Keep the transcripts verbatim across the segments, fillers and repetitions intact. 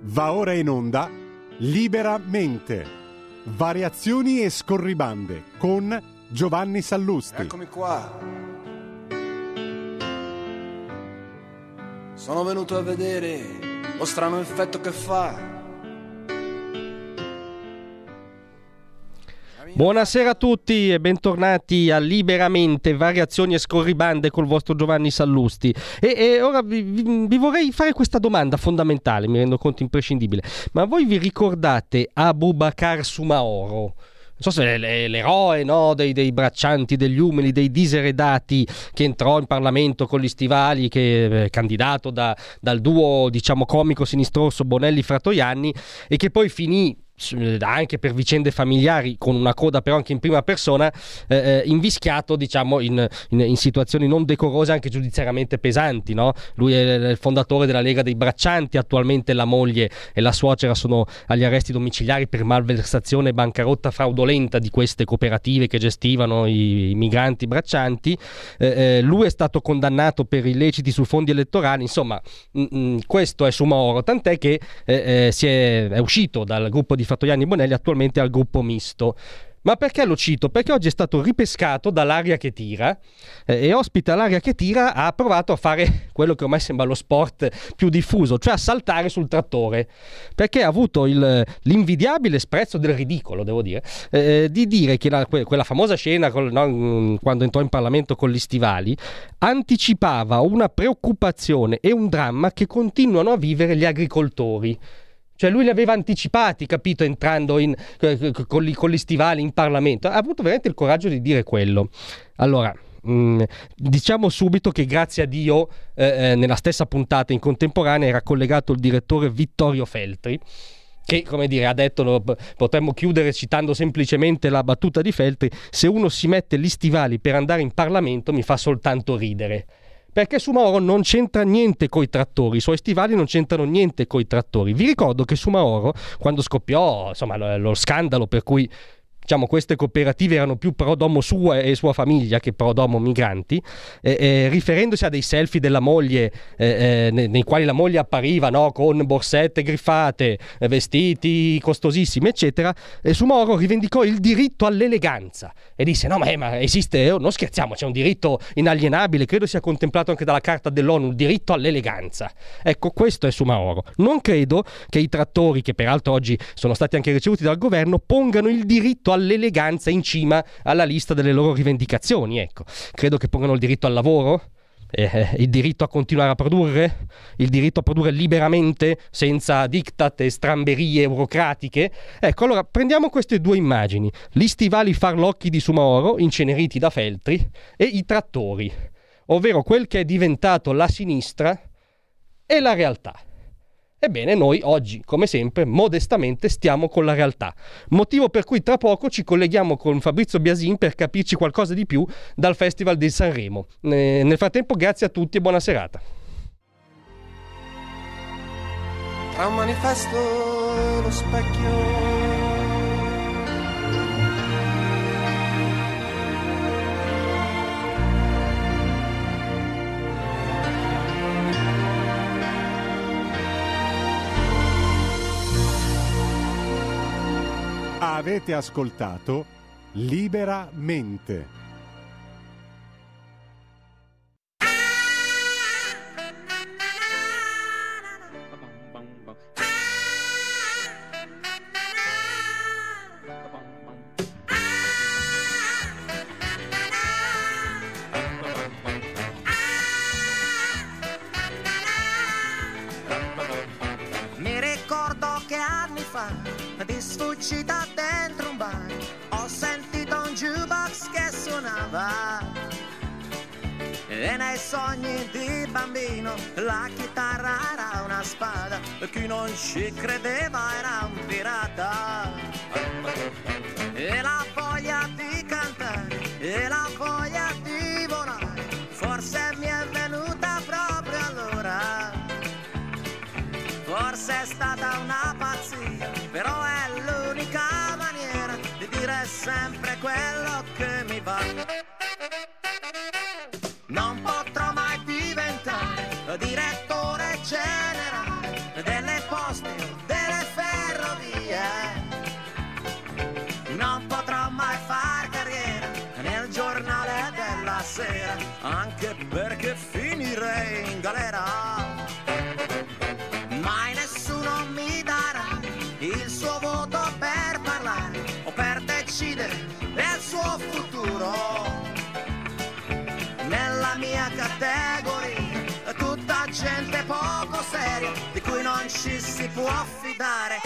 Va ora in onda Liberamente, variazioni e scorribande con Giovanni Sallusti. Eccomi qua. Sono venuto a vedere lo strano effetto che fa. Buonasera a tutti e bentornati a Liberamente, variazioni e scorribande col vostro Giovanni Sallusti. E, e ora vi, vi, vi vorrei fare questa domanda fondamentale, mi rendo conto imprescindibile. Ma voi vi ricordate Abubakar Soumahoro? Non so se è l'eroe, no, dei, dei braccianti, degli umili, dei diseredati, che entrò in Parlamento con gli stivali, che è candidato da, dal duo, diciamo, comico sinistroso Bonelli-Fratoianni, e che poi finì anche per vicende familiari, con una coda però anche in prima persona, eh, invischiato, diciamo, in, in, in situazioni non decorose, anche giudiziariamente pesanti, no? Lui è il fondatore della Lega dei Braccianti, attualmente la moglie e la suocera sono agli arresti domiciliari per malversazione e bancarotta fraudolenta di queste cooperative che gestivano i, i migranti braccianti. Eh, eh, lui è stato condannato per illeciti su fondi elettorali, insomma, mh, mh, questo è Soumahoro, tant'è che eh, eh, si è, è uscito dal gruppo di Fratoianni e Bonelli, attualmente al gruppo misto. Ma perché lo cito? Perché oggi è stato ripescato dall'Aria che tira, eh, e ospite all'Aria che tira ha provato a fare quello che ormai sembra lo sport più diffuso, cioè a saltare sul trattore, perché ha avuto il, l'invidiabile sprezzo del ridicolo, devo dire, eh, di dire che la, quella famosa scena col, no, quando entrò in Parlamento con gli stivali anticipava una preoccupazione e un dramma che continuano a vivere gli agricoltori. Cioè lui li aveva anticipati, capito, entrando in, con, gli, con gli stivali in Parlamento. Ha avuto veramente il coraggio di dire quello. Allora, mh, diciamo subito che grazie a Dio eh, nella stessa puntata in contemporanea era collegato il direttore Vittorio Feltri, che, come dire, ha detto, potremmo chiudere citando semplicemente la battuta di Feltri: se uno si mette gli stivali per andare in Parlamento mi fa soltanto ridere. Perché Soumahoro non c'entra niente coi trattori, i suoi stivali non c'entrano niente coi trattori. Vi ricordo che Soumahoro, quando scoppiò, insomma, lo, lo scandalo per cui, diciamo, queste cooperative erano più pro domo sua e sua famiglia che pro domo migranti, eh, eh, riferendosi a dei selfie della moglie, eh, eh, nei, nei quali la moglie appariva, no, con borsette griffate, eh, vestiti costosissimi, eccetera, e Soumahoro rivendicò il diritto all'eleganza e disse: no, ma, eh, ma esiste, oh, non scherziamo, c'è un diritto inalienabile, credo sia contemplato anche dalla Carta dell'ONU, il diritto all'eleganza. Ecco, questo è Soumahoro. Non credo che i trattori, che peraltro oggi sono stati anche ricevuti dal governo, pongano il diritto all'eleganza in cima alla lista delle loro rivendicazioni. Ecco, credo che pongano il diritto al lavoro, eh, il diritto a continuare a produrre, il diritto a produrre liberamente senza diktat e stramberie burocratiche. Ecco, allora prendiamo queste due immagini: gli stivali farlocchi di Soumahoro inceneriti da Feltri e i trattori, ovvero quel che è diventato la sinistra e la realtà. Ebbene, noi oggi, come sempre, modestamente stiamo con la realtà, motivo per cui tra poco ci colleghiamo con Fabrizio Biasin per capirci qualcosa di più dal Festival di Sanremo. Eh, nel frattempo, grazie a tutti e buona serata. Tra un manifesto e lo specchio, avete ascoltato Liberamente. Mi ricordo che anni fa, di sfuggita dentro un bar, ho sentito un jukebox che suonava, e nei sogni di bambino la chitarra era una spada, e chi non ci credeva era un pirata. E la voglia di cantare, e la voglia di volare, forse mi è venuta proprio allora. Forse è stata una pazzia, però è l'unica maniera di dire sempre quello che mi va. Non potrò mai diventare direttore generale delle poste anche perché finirei in galera. Mai nessuno mi darà il suo voto per parlare o per decidere del suo futuro. Nella mia categoria tutta gente poco seria di cui non ci si può fidare.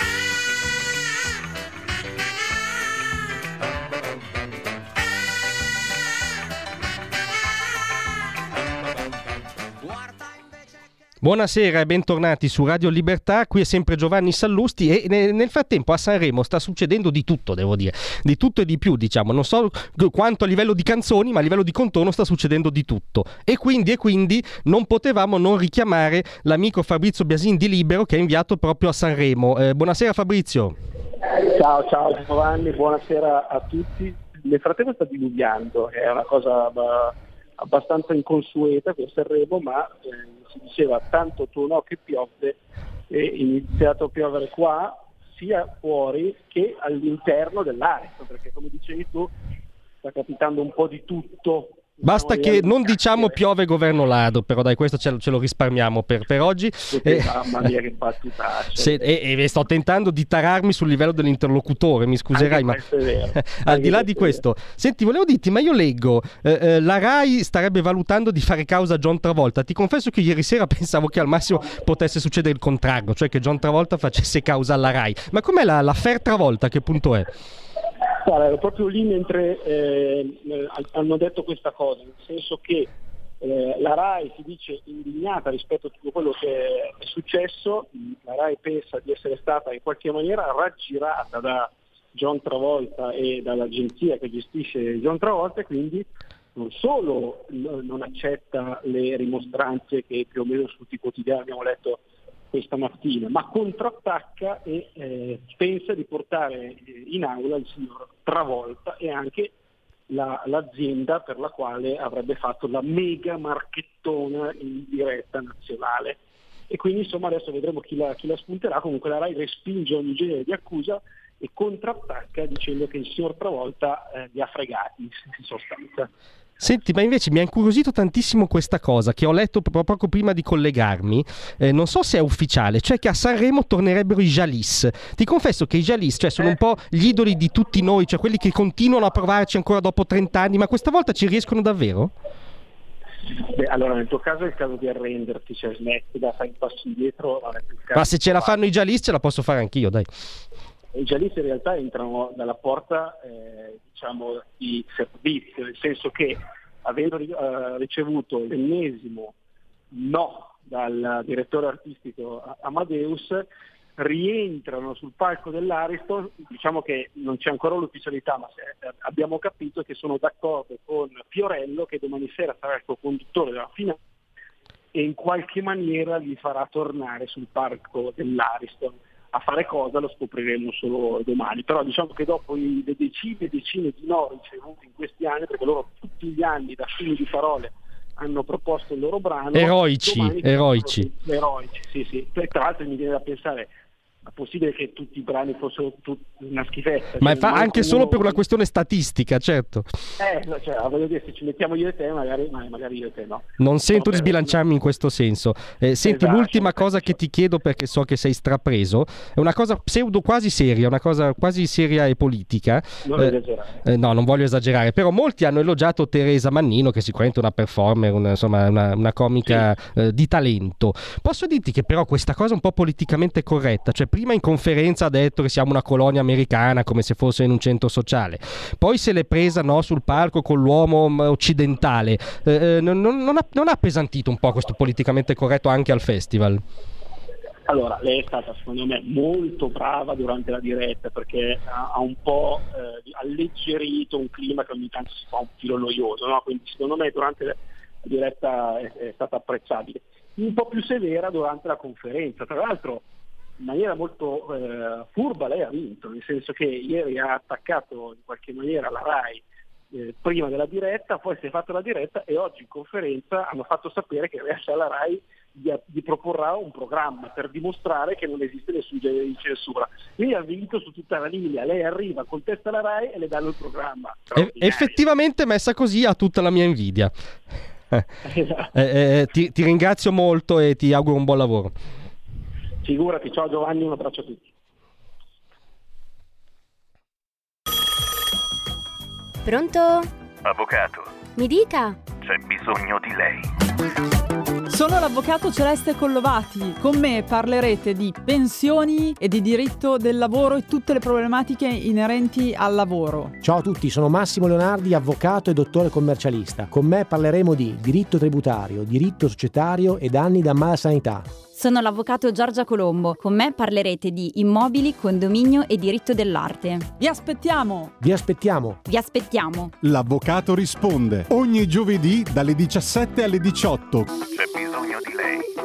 Buonasera e bentornati su Radio Libertà, qui è sempre Giovanni Sallusti e nel frattempo a Sanremo sta succedendo di tutto, devo dire, di tutto e di più, diciamo, non so quanto a livello di canzoni, ma a livello di contorno sta succedendo di tutto e quindi, e quindi non potevamo non richiamare l'amico Fabrizio Biasin di Libero che è inviato proprio a Sanremo. Eh, buonasera Fabrizio. Ciao, ciao Giovanni, buonasera a tutti. Nel frattempo sta diluviando, è una cosa abbastanza inconsueta per Sanremo, ma eh, si diceva tanto tu no che piove, e iniziato a piovere qua sia fuori che all'interno dell'Ariston, perché come dicevi tu sta capitando un po' di tutto. Basta diciamo, che non diciamo piove governo Lado, però dai, questo ce lo, ce lo risparmiamo per, per oggi. Eh, mamma mia che battutaccia. Se, e, e sto tentando di tararmi sul livello dell'interlocutore, mi scuserai, ma al di là di questo, senti, volevo dirti, ma io leggo, eh, eh, la Rai starebbe valutando di fare causa a John Travolta. Ti confesso che ieri sera pensavo che al massimo potesse succedere il contrario, cioè che John Travolta facesse causa alla Rai. Ma com'è la, l'affair Travolta, che punto è? Guarda, ero proprio lì mentre eh, hanno detto questa cosa, nel senso che eh, la Rai si dice indignata rispetto a tutto quello che è successo, la Rai pensa di essere stata in qualche maniera raggirata da John Travolta e dall'agenzia che gestisce John Travolta, e quindi non solo non accetta le rimostranze che più o meno su tutti i quotidiani abbiamo letto questa mattina, ma contrattacca e eh, pensa di portare in aula il signor Travolta e anche la, l'azienda per la quale avrebbe fatto la mega marchettona in diretta nazionale. E quindi insomma adesso vedremo chi la, chi la spunterà. Comunque la Rai respinge ogni genere di accusa e contrattacca dicendo che il signor Travolta eh, li ha fregati in sostanza. Senti, ma invece mi ha incuriosito tantissimo questa cosa che ho letto proprio poco prima di collegarmi, eh, non so se è ufficiale, cioè che a Sanremo tornerebbero i Jalis. Ti confesso che i Jalis, cioè, sono un po' gli idoli di tutti noi, cioè quelli che continuano a provarci ancora dopo trent'anni, ma questa volta ci riescono davvero? Beh, allora nel tuo caso è il caso di arrenderti, cioè smetti da fare i passi indietro. Non è più il caso. Ma se ce la fanno i Jalis ce la posso fare anch'io, dai. I Jalis in realtà entrano dalla porta eh, diciamo di servizio, nel senso che avendo uh, ricevuto l'ennesimo no dal direttore artistico Amadeus, rientrano sul palco dell'Ariston. Diciamo che non c'è ancora l'ufficialità, ma se, eh, abbiamo capito che sono d'accordo con Fiorello, che domani sera sarà il co-conduttore della finale, e in qualche maniera li farà tornare sul palco dell'Ariston. A fare cosa lo scopriremo solo domani, però diciamo che dopo le decine e decine di no ricevuti in questi anni, perché loro tutti gli anni da fili di parole hanno proposto il loro brano, eroici, eroici, eroici, sì sì. Tra l'altro mi viene da pensare, è possibile che tutti i brani fossero tutti una schifezza? Ma cioè, fa anche uno... solo per una questione statistica, certo. Eh, no, cioè, voglio dire, se ci mettiamo io e te, magari, magari io e te no. Non sento no, di sbilanciarmi in questo senso. Eh, senti, esatto, l'ultima cosa che ti chiedo, perché so che sei strapreso, è una cosa pseudo quasi seria, una cosa quasi seria e politica. Non eh, esagerare. Eh, no, non voglio esagerare, però molti hanno elogiato Teresa Mannino, che è sicuramente una performer, una, insomma, una, una comica sì. eh, di talento. Posso dirti che però questa cosa è un po' politicamente corretta, cioè prima in conferenza ha detto che siamo una colonia americana come se fosse in un centro sociale, poi se l'è presa no, sul palco con l'uomo occidentale, eh, non, non, ha, non ha appesantito un po' questo politicamente corretto anche al festival? Allora, lei è stata secondo me molto brava durante la diretta, perché ha, ha un po' eh, alleggerito un clima che ogni tanto si fa un filo noioso, no? Quindi secondo me durante la diretta è, è stata apprezzabile, un po' più severa durante la conferenza. Tra l'altro in maniera molto eh, furba lei ha vinto, nel senso che ieri ha attaccato in qualche maniera la Rai eh, prima della diretta, poi si è fatto la diretta e oggi in conferenza hanno fatto sapere che adesso la RAI gli, gli proporrà un programma per dimostrare che non esiste nessun genere di censura. Quindi ha vinto su tutta la linea, lei arriva, contesta la RAI e le danno il programma. E- effettivamente messa così ha tutta la mia invidia. Esatto. eh, eh, ti, ti ringrazio molto e ti auguro un buon lavoro. Figurati, ciao Giovanni, un abbraccio a tutti. Pronto? Avvocato, Mi dica. c'è bisogno di lei. Sono l'avvocato Celeste Collovati. Con me parlerete di pensioni e di diritto del lavoro e tutte le problematiche inerenti al lavoro. Ciao a tutti, sono Massimo Leonardi, avvocato e dottore commercialista. Con me parleremo di diritto tributario, diritto societario e danni da malasanità. Sono l'avvocato Giorgia Colombo. Con me parlerete di immobili, condominio e diritto dell'arte. Vi aspettiamo! Vi aspettiamo! Vi aspettiamo! L'avvocato risponde ogni giovedì dalle diciassette alle diciotto. C'è bisogno di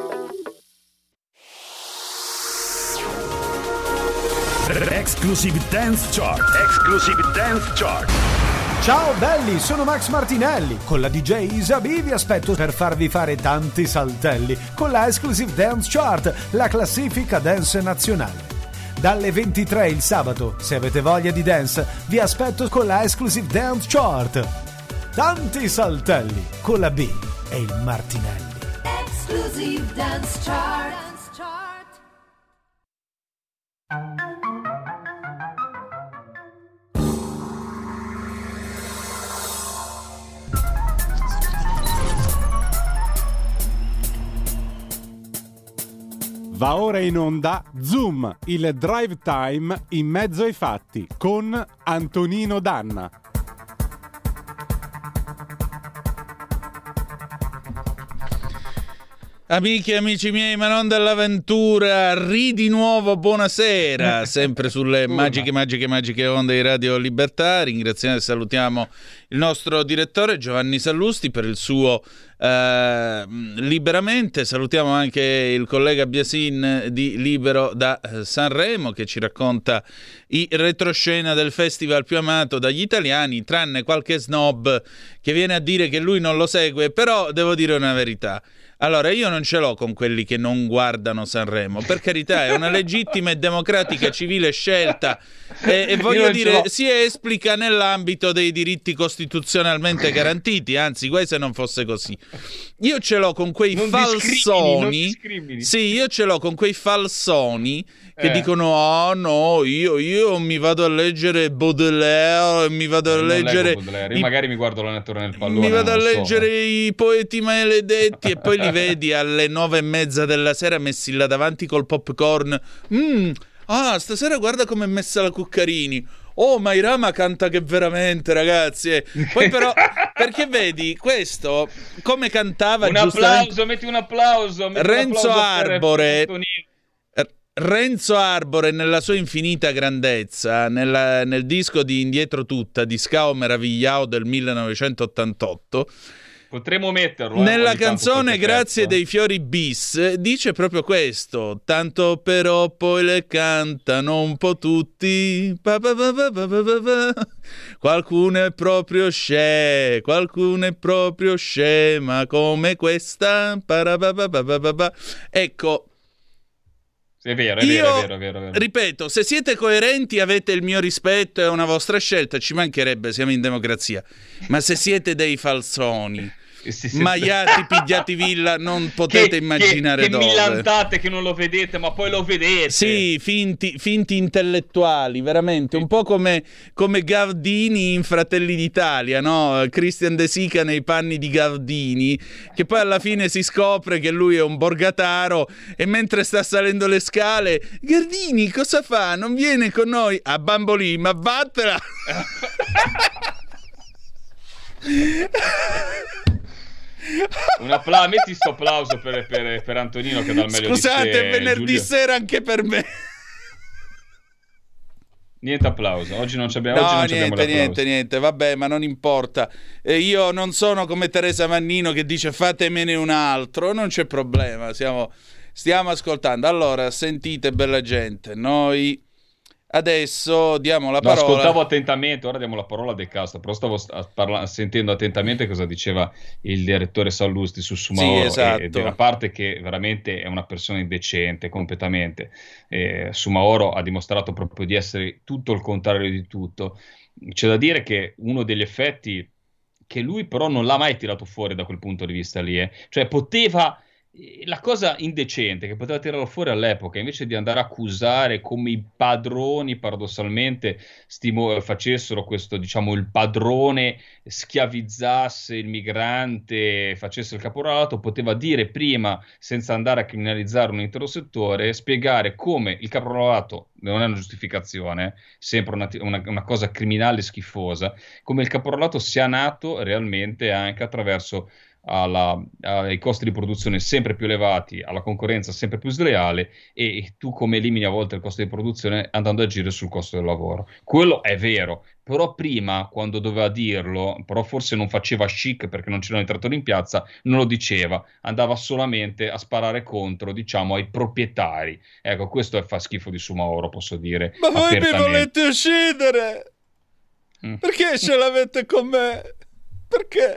lei. Exclusive Dance Chart. Exclusive Dance Chart. Ciao belli, sono Max Martinelli. Con la D J Isabi vi aspetto per farvi fare tanti saltelli con la Exclusive Dance Chart, la classifica dance nazionale. Dalle ventitré il sabato, se avete voglia di dance, vi aspetto con la Exclusive Dance Chart. Tanti saltelli con la B e il Martinelli. Exclusive Dance Chart. Va ora in onda Zoom, il drive time in mezzo ai fatti con Antonino Danna. Amiche e amici miei, ma non dell'avventura, ri di nuovo, buonasera, sempre sulle magiche, magiche, magiche onde di Radio Libertà. Ringraziamo e salutiamo il nostro direttore Giovanni Sallusti per il suo eh, Liberamente. Salutiamo anche il collega Biasin di Libero da Sanremo che ci racconta i retroscena del festival più amato dagli italiani, tranne qualche snob che viene a dire che lui non lo segue, però devo dire una verità. Allora, io non ce l'ho con quelli che non guardano Sanremo, per carità, è una legittima e democratica civile scelta e, e voglio dire, si esplica nell'ambito dei diritti costituzionalmente garantiti, anzi, guai se non fosse così. Io ce l'ho con quei non falsoni, discrimini. Sì, io ce l'ho con quei falsoni che eh. dicono, ah no, io, io mi vado a leggere Baudelaire, mi vado eh, a leggere... Io i... magari mi guardo la natura nel pallone. Mi vado a leggere so. i poeti maledetti e poi li vedi alle nove e mezza della sera messi là davanti col popcorn. Mm, ah, stasera guarda com'è messa la Cuccarini. Oh, Mairama canta che veramente, ragazzi. Eh. Poi però, perché vedi, questo, come cantava un applauso, metti un applauso. Metti Renzo un applauso Arbore... Per Renzo Arbore nella sua infinita grandezza nella, nel disco di Indietro Tutta di Scao Meravigliao del millenovecentottantotto potremmo metterlo nella canzone Grazie dei fiori bis dice proprio questo: tanto però poi le cantano un po' tutti pa pa pa pa pa pa pa. Qualcuno è proprio scemo, qualcuno è proprio scema come questa pa pa pa pa pa pa pa. Ecco, è vero, è Io, vero, è vero, è vero, è vero. Ripeto, se siete coerenti avete il mio rispetto, è una vostra scelta, ci mancherebbe, siamo in democrazia. Ma se siete dei falsoni, sì, sì, maiati, pigliati villa, non potete che, immaginare che, dove. Che millantate che non lo vedete, ma poi lo vedete. Sì, finti, finti intellettuali, veramente, un po' come, come Gavdini in Fratelli d'Italia, no? Christian De Sica nei panni di Gavdini, che poi alla fine si scopre che lui è un borgataro e mentre sta salendo le scale, Gardini cosa fa? Non viene con noi? A Bambolì, ma vattela! Un applauso, metti sto applauso per, per, per Antonino che dà il meglio. Scusate, di sé, venerdì Giulio. Sera anche per me. Niente applauso, oggi non abbiamo No, oggi non niente, abbiamo niente, niente, vabbè, ma non importa. Eh, io non sono come Teresa Mannino che dice fatemene un altro, non c'è problema, siamo, stiamo ascoltando. Allora, sentite bella gente, noi adesso diamo la No, parola. ascoltavo attentamente, ora diamo la parola a De Castro, però stavo a parla- sentendo attentamente cosa diceva il direttore Sallusti su Sumaoro, Sì, esatto. e, e della parte che veramente è una persona indecente completamente. Eh, Sumaoro ha dimostrato proprio di essere tutto il contrario di tutto. C'è da dire che uno degli effetti che lui però non l'ha mai tirato fuori da quel punto di vista lì, eh. Cioè poteva, la cosa indecente che poteva tirarlo fuori all'epoca, invece di andare a accusare come i padroni paradossalmente stimo- facessero questo, diciamo, il padrone schiavizzasse il migrante, facesse il caporalato, poteva dire prima, senza andare a criminalizzare un intero settore, spiegare come il caporalato non è una giustificazione, sempre una, una, una cosa criminale e schifosa, come il caporalato sia nato realmente anche attraverso alla, ai costi di produzione sempre più elevati, alla concorrenza sempre più sleale, e tu come elimini a volte il costo di produzione andando ad agire sul costo del lavoro. Quello è vero, però prima, quando doveva dirlo, però forse non faceva chic perché non c'erano i trattori in piazza, non lo diceva, andava solamente a sparare contro, diciamo, ai proprietari. Ecco, questo è fa schifo di Sumaoro, posso dire. Ma voi mi apertamente. volete uccidere? Mm. Perché ce l'avete con me? Perché?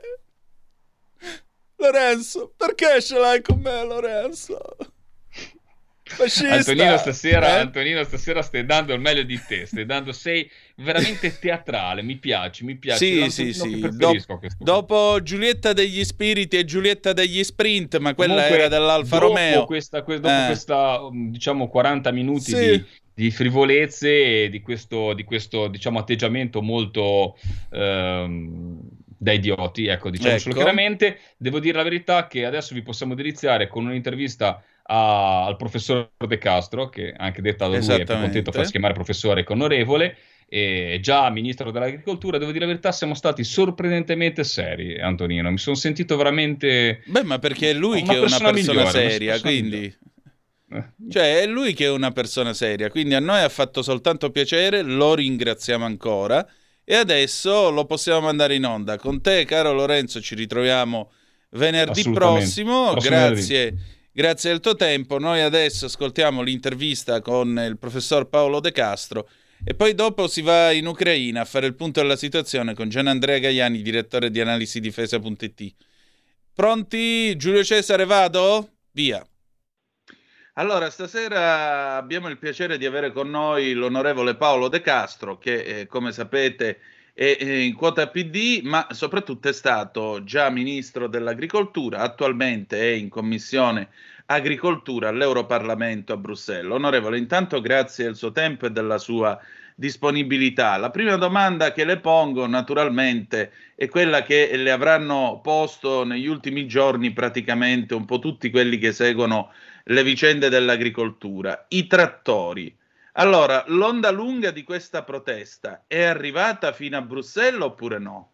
Lorenzo, perché ce l'hai con me, Lorenzo? Fascista. Antonino stasera, eh? Antonino stasera stai dando il meglio di te, stai dando, sei veramente teatrale, mi piace, mi piace. Sì, L'Antonino sì, sì. che preferisco a Dop- questo punto. dopo Giulietta degli Spiriti e Giulietta degli Sprint, ma quella Comunque, era dell'Alfa dopo Romeo. Questa, que- dopo Eh. questa, um, diciamo, quaranta minuti Sì. di, di frivolezze e di questo, di questo, diciamo, atteggiamento molto ehm, da idioti, ecco, diciamocelo Ecco. chiaramente, devo dire la verità che adesso vi possiamo deliziare con un'intervista a- al professor De Castro, che anche detta da lui è più Esattamente. contento a farsi chiamare professore che onorevole, e già ministro dell'agricoltura. Devo dire la verità, siamo stati sorprendentemente seri, Antonino, mi sono sentito veramente... Beh, ma perché è lui Una che è una persona persona migliore, una seria, persona quindi... Cioè, è lui che è una persona seria, quindi a noi ha fatto soltanto piacere, lo ringraziamo ancora e adesso lo possiamo mandare in onda. Con te, caro Lorenzo, ci ritroviamo venerdì Assolutamente. prossimo. Prossimo Grazie, grazie del tuo tempo. Noi adesso ascoltiamo l'intervista con il professor Paolo De Castro e poi dopo si va in Ucraina a fare il punto della situazione con Gianandrea Gaiani, direttore di analisi difesa punto it. Pronti? Giulio Cesare, vado? Via. Allora, stasera abbiamo il piacere di avere con noi l'onorevole Paolo De Castro, che eh, come sapete è, è in quota P D, ma soprattutto è stato già ministro dell'agricoltura, attualmente è in commissione agricoltura all'Europarlamento a Bruxelles. Onorevole, intanto grazie del suo tempo e della sua disponibilità. La prima domanda che le pongo naturalmente è quella che le avranno posto negli ultimi giorni praticamente un po' tutti quelli che seguono le vicende dell'agricoltura, i trattori. Allora, l'onda lunga di questa protesta è arrivata fino a Bruxelles oppure no?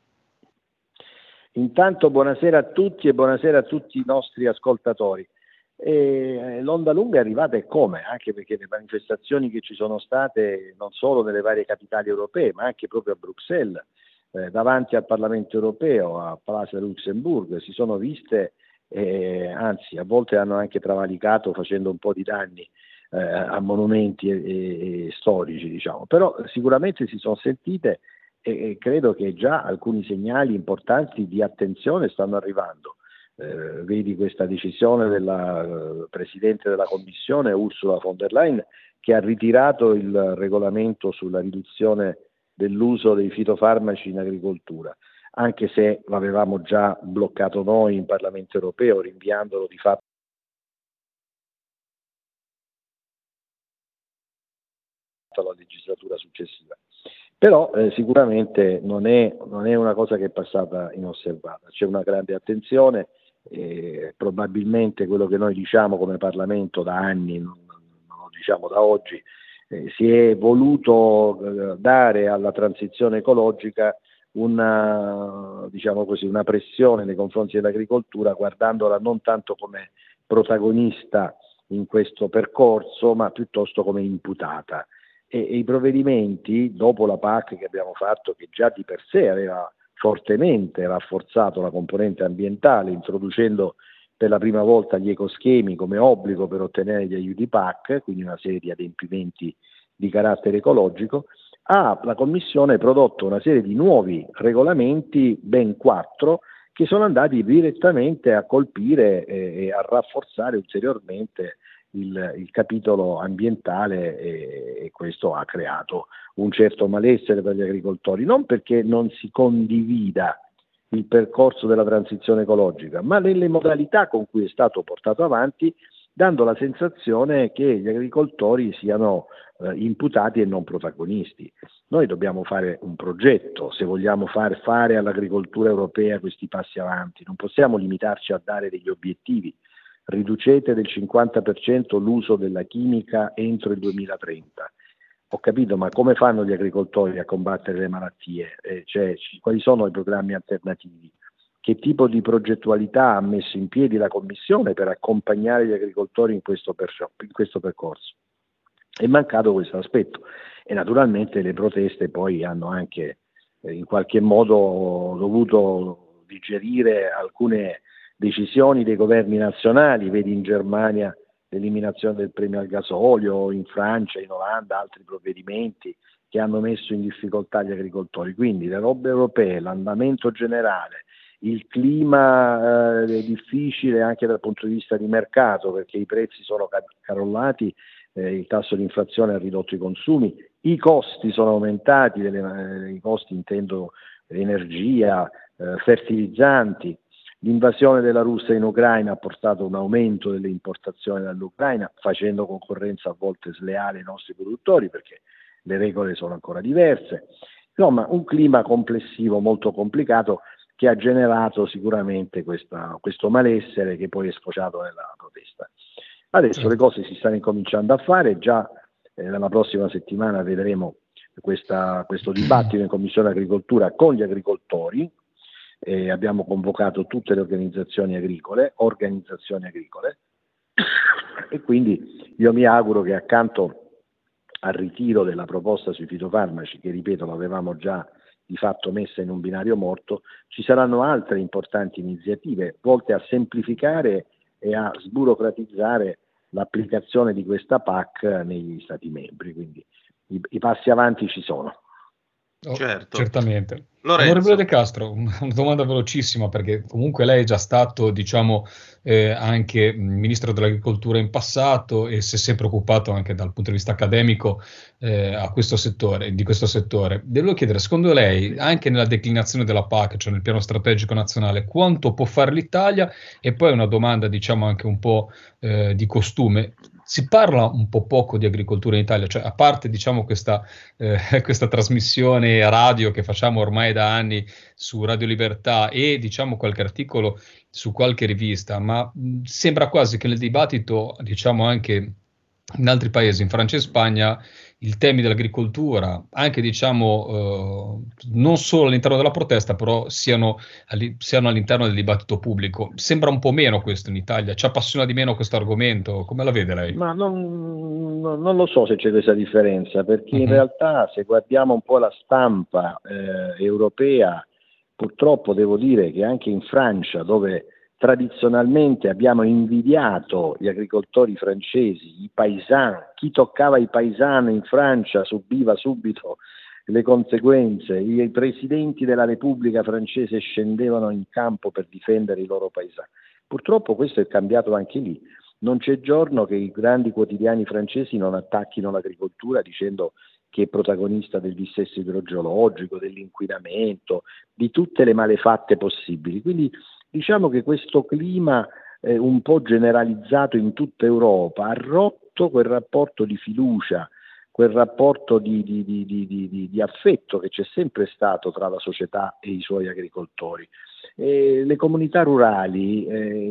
Intanto buonasera a tutti e buonasera a tutti i nostri ascoltatori. E l'onda lunga è arrivata e come? Anche perché le manifestazioni che ci sono state non solo nelle varie capitali europee, ma anche proprio a Bruxelles, eh, davanti al Parlamento europeo, a Palazzo Luxemburgo, si sono viste, eh, anzi a volte hanno anche travalicato facendo un po' di danni eh, a monumenti e, e, e storici, diciamo. Però sicuramente si sono sentite e, e credo che già alcuni segnali importanti di attenzione stanno arrivando. Eh, vedi questa decisione della eh, Presidente della Commissione Ursula von der Leyen, che ha ritirato il regolamento sulla riduzione dell'uso dei fitofarmaci in agricoltura, anche se l'avevamo già bloccato noi in Parlamento europeo, rinviandolo di fatto alla legislatura successiva. Però eh, sicuramente non è, non è una cosa che è passata inosservata, c'è una grande attenzione. Eh, probabilmente quello che noi diciamo come Parlamento da anni, non, non lo diciamo da oggi, eh, si è voluto eh, dare alla transizione ecologica una, diciamo così, una pressione nei confronti dell'agricoltura, guardandola non tanto come protagonista in questo percorso, ma piuttosto come imputata. E, e i provvedimenti, dopo la P A C che abbiamo fatto, che già di per sé aveva fortemente rafforzato la componente ambientale, introducendo per la prima volta gli ecoschemi come obbligo per ottenere gli aiuti P A C, quindi una serie di adempimenti di carattere ecologico, ha la Commissione prodotto una serie di nuovi regolamenti, ben quattro, che sono andati direttamente a colpire e, e a rafforzare ulteriormente il, il capitolo ambientale e, e questo ha creato un certo malessere per gli agricoltori, non perché non si condivida il percorso della transizione ecologica, ma nelle modalità con cui è stato portato avanti, dando la sensazione che gli agricoltori siano eh, imputati e non protagonisti. Noi dobbiamo fare un progetto, se vogliamo far fare all'agricoltura europea questi passi avanti, non possiamo limitarci a dare degli obiettivi. Riducete del cinquanta per cento l'uso della chimica entro il duemilatrenta. Ho capito, ma come fanno gli agricoltori a combattere le malattie? Eh, cioè, quali sono i programmi alternativi? Che tipo di progettualità ha messo in piedi la Commissione per accompagnare gli agricoltori in questo, per, in questo percorso? È mancato questo aspetto e naturalmente le proteste poi hanno anche eh, in qualche modo dovuto digerire alcune decisioni dei governi nazionali, vedi in Germania l'eliminazione del premio al gasolio, in Francia, in Olanda, altri provvedimenti che hanno messo in difficoltà gli agricoltori. Quindi le robe europee, l'andamento generale, il clima eh, difficile anche dal punto di vista di mercato perché i prezzi sono carollati, eh, il tasso di inflazione ha ridotto i consumi, i costi sono aumentati, delle, eh, i costi intendo energia, eh, fertilizzanti. L'invasione della Russia in Ucraina ha portato un aumento delle importazioni dall'Ucraina, facendo concorrenza a volte sleale ai nostri produttori perché le regole sono ancora diverse. Insomma, un clima complessivo molto complicato che ha generato sicuramente questa, questo malessere che poi è sfociato nella protesta. Adesso le cose si stanno incominciando a fare, già eh, nella prossima settimana vedremo questa, questo dibattito in Commissione Agricoltura con gli agricoltori. Eh, abbiamo convocato tutte le organizzazioni agricole, organizzazioni agricole e quindi io mi auguro che accanto al ritiro della proposta sui fitofarmaci, che ripeto l'avevamo già di fatto messa in un binario morto, ci saranno altre importanti iniziative volte a semplificare e a sburocratizzare l'applicazione di questa P A C negli Stati membri, quindi i, i passi avanti ci sono. Oh, certo. Certamente. Lorenzo. Onorevole De Castro, una domanda velocissima perché comunque lei è già stato, diciamo, eh, anche ministro dell'agricoltura in passato e si è sempre occupato anche dal punto di vista accademico eh, a questo settore, di questo settore. Devo chiedere, secondo lei, anche nella declinazione della P A C, cioè nel piano strategico nazionale, quanto può fare l'Italia? E poi una domanda, diciamo, anche un po' eh, di costume. Si parla un po' poco di agricoltura in Italia, cioè a parte diciamo questa, eh, questa trasmissione radio che facciamo ormai da anni su Radio Libertà e diciamo qualche articolo su qualche rivista, ma mh, sembra quasi che nel dibattito, diciamo anche in altri paesi, in Francia e Spagna, i temi dell'agricoltura, anche diciamo eh, non solo all'interno della protesta, però siano, alli- siano all'interno del dibattito pubblico. Sembra un po' meno questo in Italia, ci appassiona di meno questo argomento, come la vede lei? Ma non, non, non lo so se c'è questa differenza, perché Mhm. in realtà se guardiamo un po' la stampa eh, europea, purtroppo devo dire che anche in Francia, dove tradizionalmente abbiamo invidiato gli agricoltori francesi, i paesani, chi toccava i paesani in Francia subiva subito le conseguenze, i presidenti della Repubblica francese scendevano in campo per difendere i loro paesani. Purtroppo questo è cambiato anche lì, non c'è giorno che i grandi quotidiani francesi non attacchino l'agricoltura dicendo che è protagonista del dissesto idrogeologico, dell'inquinamento, di tutte le malefatte possibili. Quindi diciamo che questo clima eh, un po' generalizzato in tutta Europa ha rotto quel rapporto di fiducia, quel rapporto di, di, di, di, di, di affetto che c'è sempre stato tra la società e i suoi agricoltori. E le comunità rurali eh,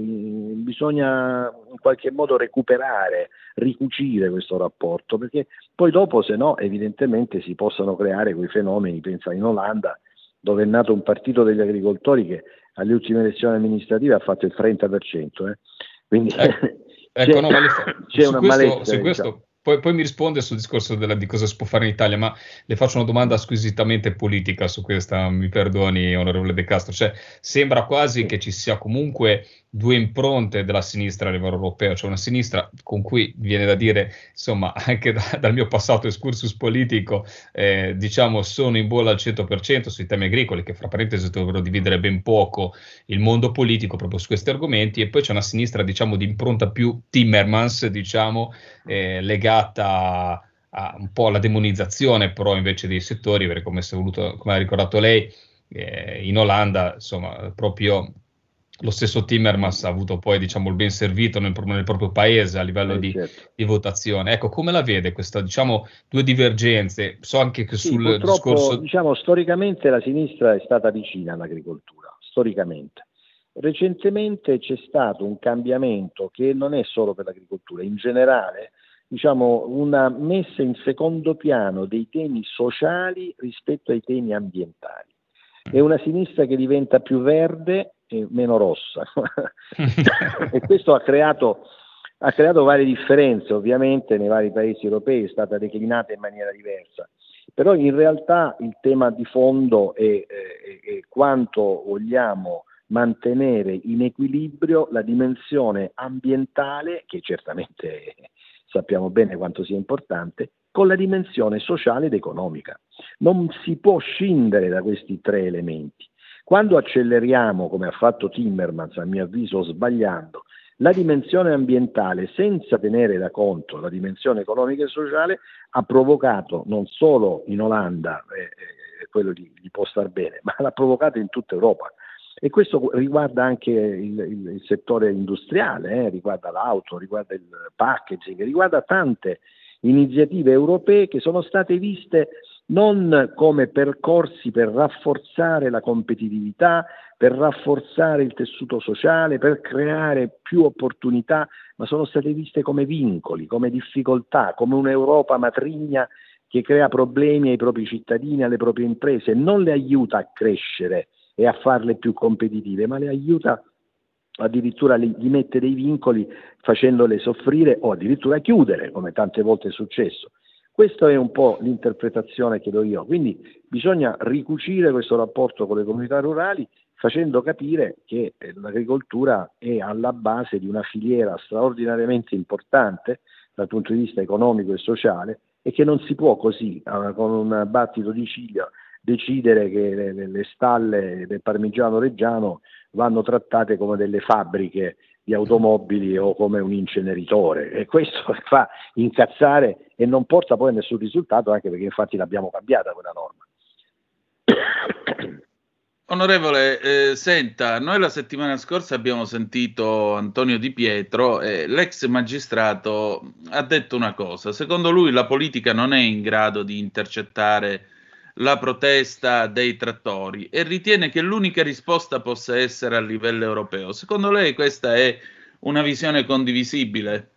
bisogna in qualche modo recuperare, ricucire questo rapporto, perché poi dopo se no evidentemente si possono creare quei fenomeni, pensa in Olanda dove è nato un partito degli agricoltori che alle ultime elezioni amministrative ha fatto il trenta per cento, eh. Quindi Ecco, c'è, no, ma le fa- c'è su una questo, malessere, su questo diciamo. Poi, poi mi risponde sul discorso della, di cosa si può fare in Italia, ma le faccio una domanda squisitamente politica su questa, mi perdoni onorevole De Castro, cioè sembra quasi che ci sia comunque due impronte della sinistra a livello europeo, cioè una sinistra con cui viene da dire, insomma, anche da, dal mio passato excursus politico, eh, diciamo, sono in bolla al cento per cento sui temi agricoli, che fra parentesi dovrebbero dividere ben poco il mondo politico proprio su questi argomenti, e poi c'è una sinistra, diciamo, di impronta più Timmermans, diciamo, eh, legata a un po' alla demonizzazione però invece dei settori, perché come, si è voluto, come ha ricordato lei, eh, in Olanda, insomma, proprio lo stesso Timmermans ha avuto poi, diciamo, il ben servito nel, nel proprio paese a livello Eh, di, certo. di votazione. Ecco, come la vede questa, diciamo, due divergenze? So anche che Sì, sul purtroppo, discorso... diciamo, storicamente la sinistra è stata vicina all'agricoltura, storicamente. Recentemente c'è stato un cambiamento che non è solo per l'agricoltura, in generale, diciamo, una messa in secondo piano dei temi sociali rispetto ai temi ambientali. È una sinistra che diventa più verde e meno rossa e questo ha creato, ha creato varie differenze, ovviamente nei vari paesi europei è stata declinata in maniera diversa, però in realtà il tema di fondo è, è, è quanto vogliamo mantenere in equilibrio la dimensione ambientale, che certamente sappiamo bene quanto sia importante, con la dimensione sociale ed economica. Non si può scindere da questi tre elementi. Quando acceleriamo, come ha fatto Timmermans, a mio avviso sbagliando, la dimensione ambientale senza tenere da conto la dimensione economica e sociale, ha provocato non solo in Olanda, eh, eh, quello gli, gli può star bene, ma l'ha provocato in tutta Europa. E questo riguarda anche il, il, il settore industriale, eh, riguarda l'auto, riguarda il packaging, riguarda tante iniziative europee che sono state viste non come percorsi per rafforzare la competitività, per rafforzare il tessuto sociale, per creare più opportunità, ma sono state viste come vincoli, come difficoltà, come un'Europa matrigna che crea problemi ai propri cittadini, alle proprie imprese, non le aiuta a crescere e a farle più competitive, ma le aiuta addirittura, gli mette dei vincoli facendole soffrire o addirittura chiudere, come tante volte è successo. Questa è un po' l'interpretazione che do io, quindi bisogna ricucire questo rapporto con le comunità rurali facendo capire che l'agricoltura è alla base di una filiera straordinariamente importante dal punto di vista economico e sociale e che non si può così, con un battito di ciglia, decidere che le, le stalle del parmigiano reggiano vanno trattate come delle fabbriche di automobili o come un inceneritore, e questo fa incazzare e non porta poi a nessun risultato, anche perché infatti l'abbiamo cambiata quella norma. Onorevole, eh, senta, noi la settimana scorsa abbiamo sentito Antonio Di Pietro e l'ex magistrato ha detto una cosa: secondo lui la politica non è in grado di intercettare la protesta dei trattori e ritiene che l'unica risposta possa essere a livello europeo. Secondo lei questa è una visione condivisibile?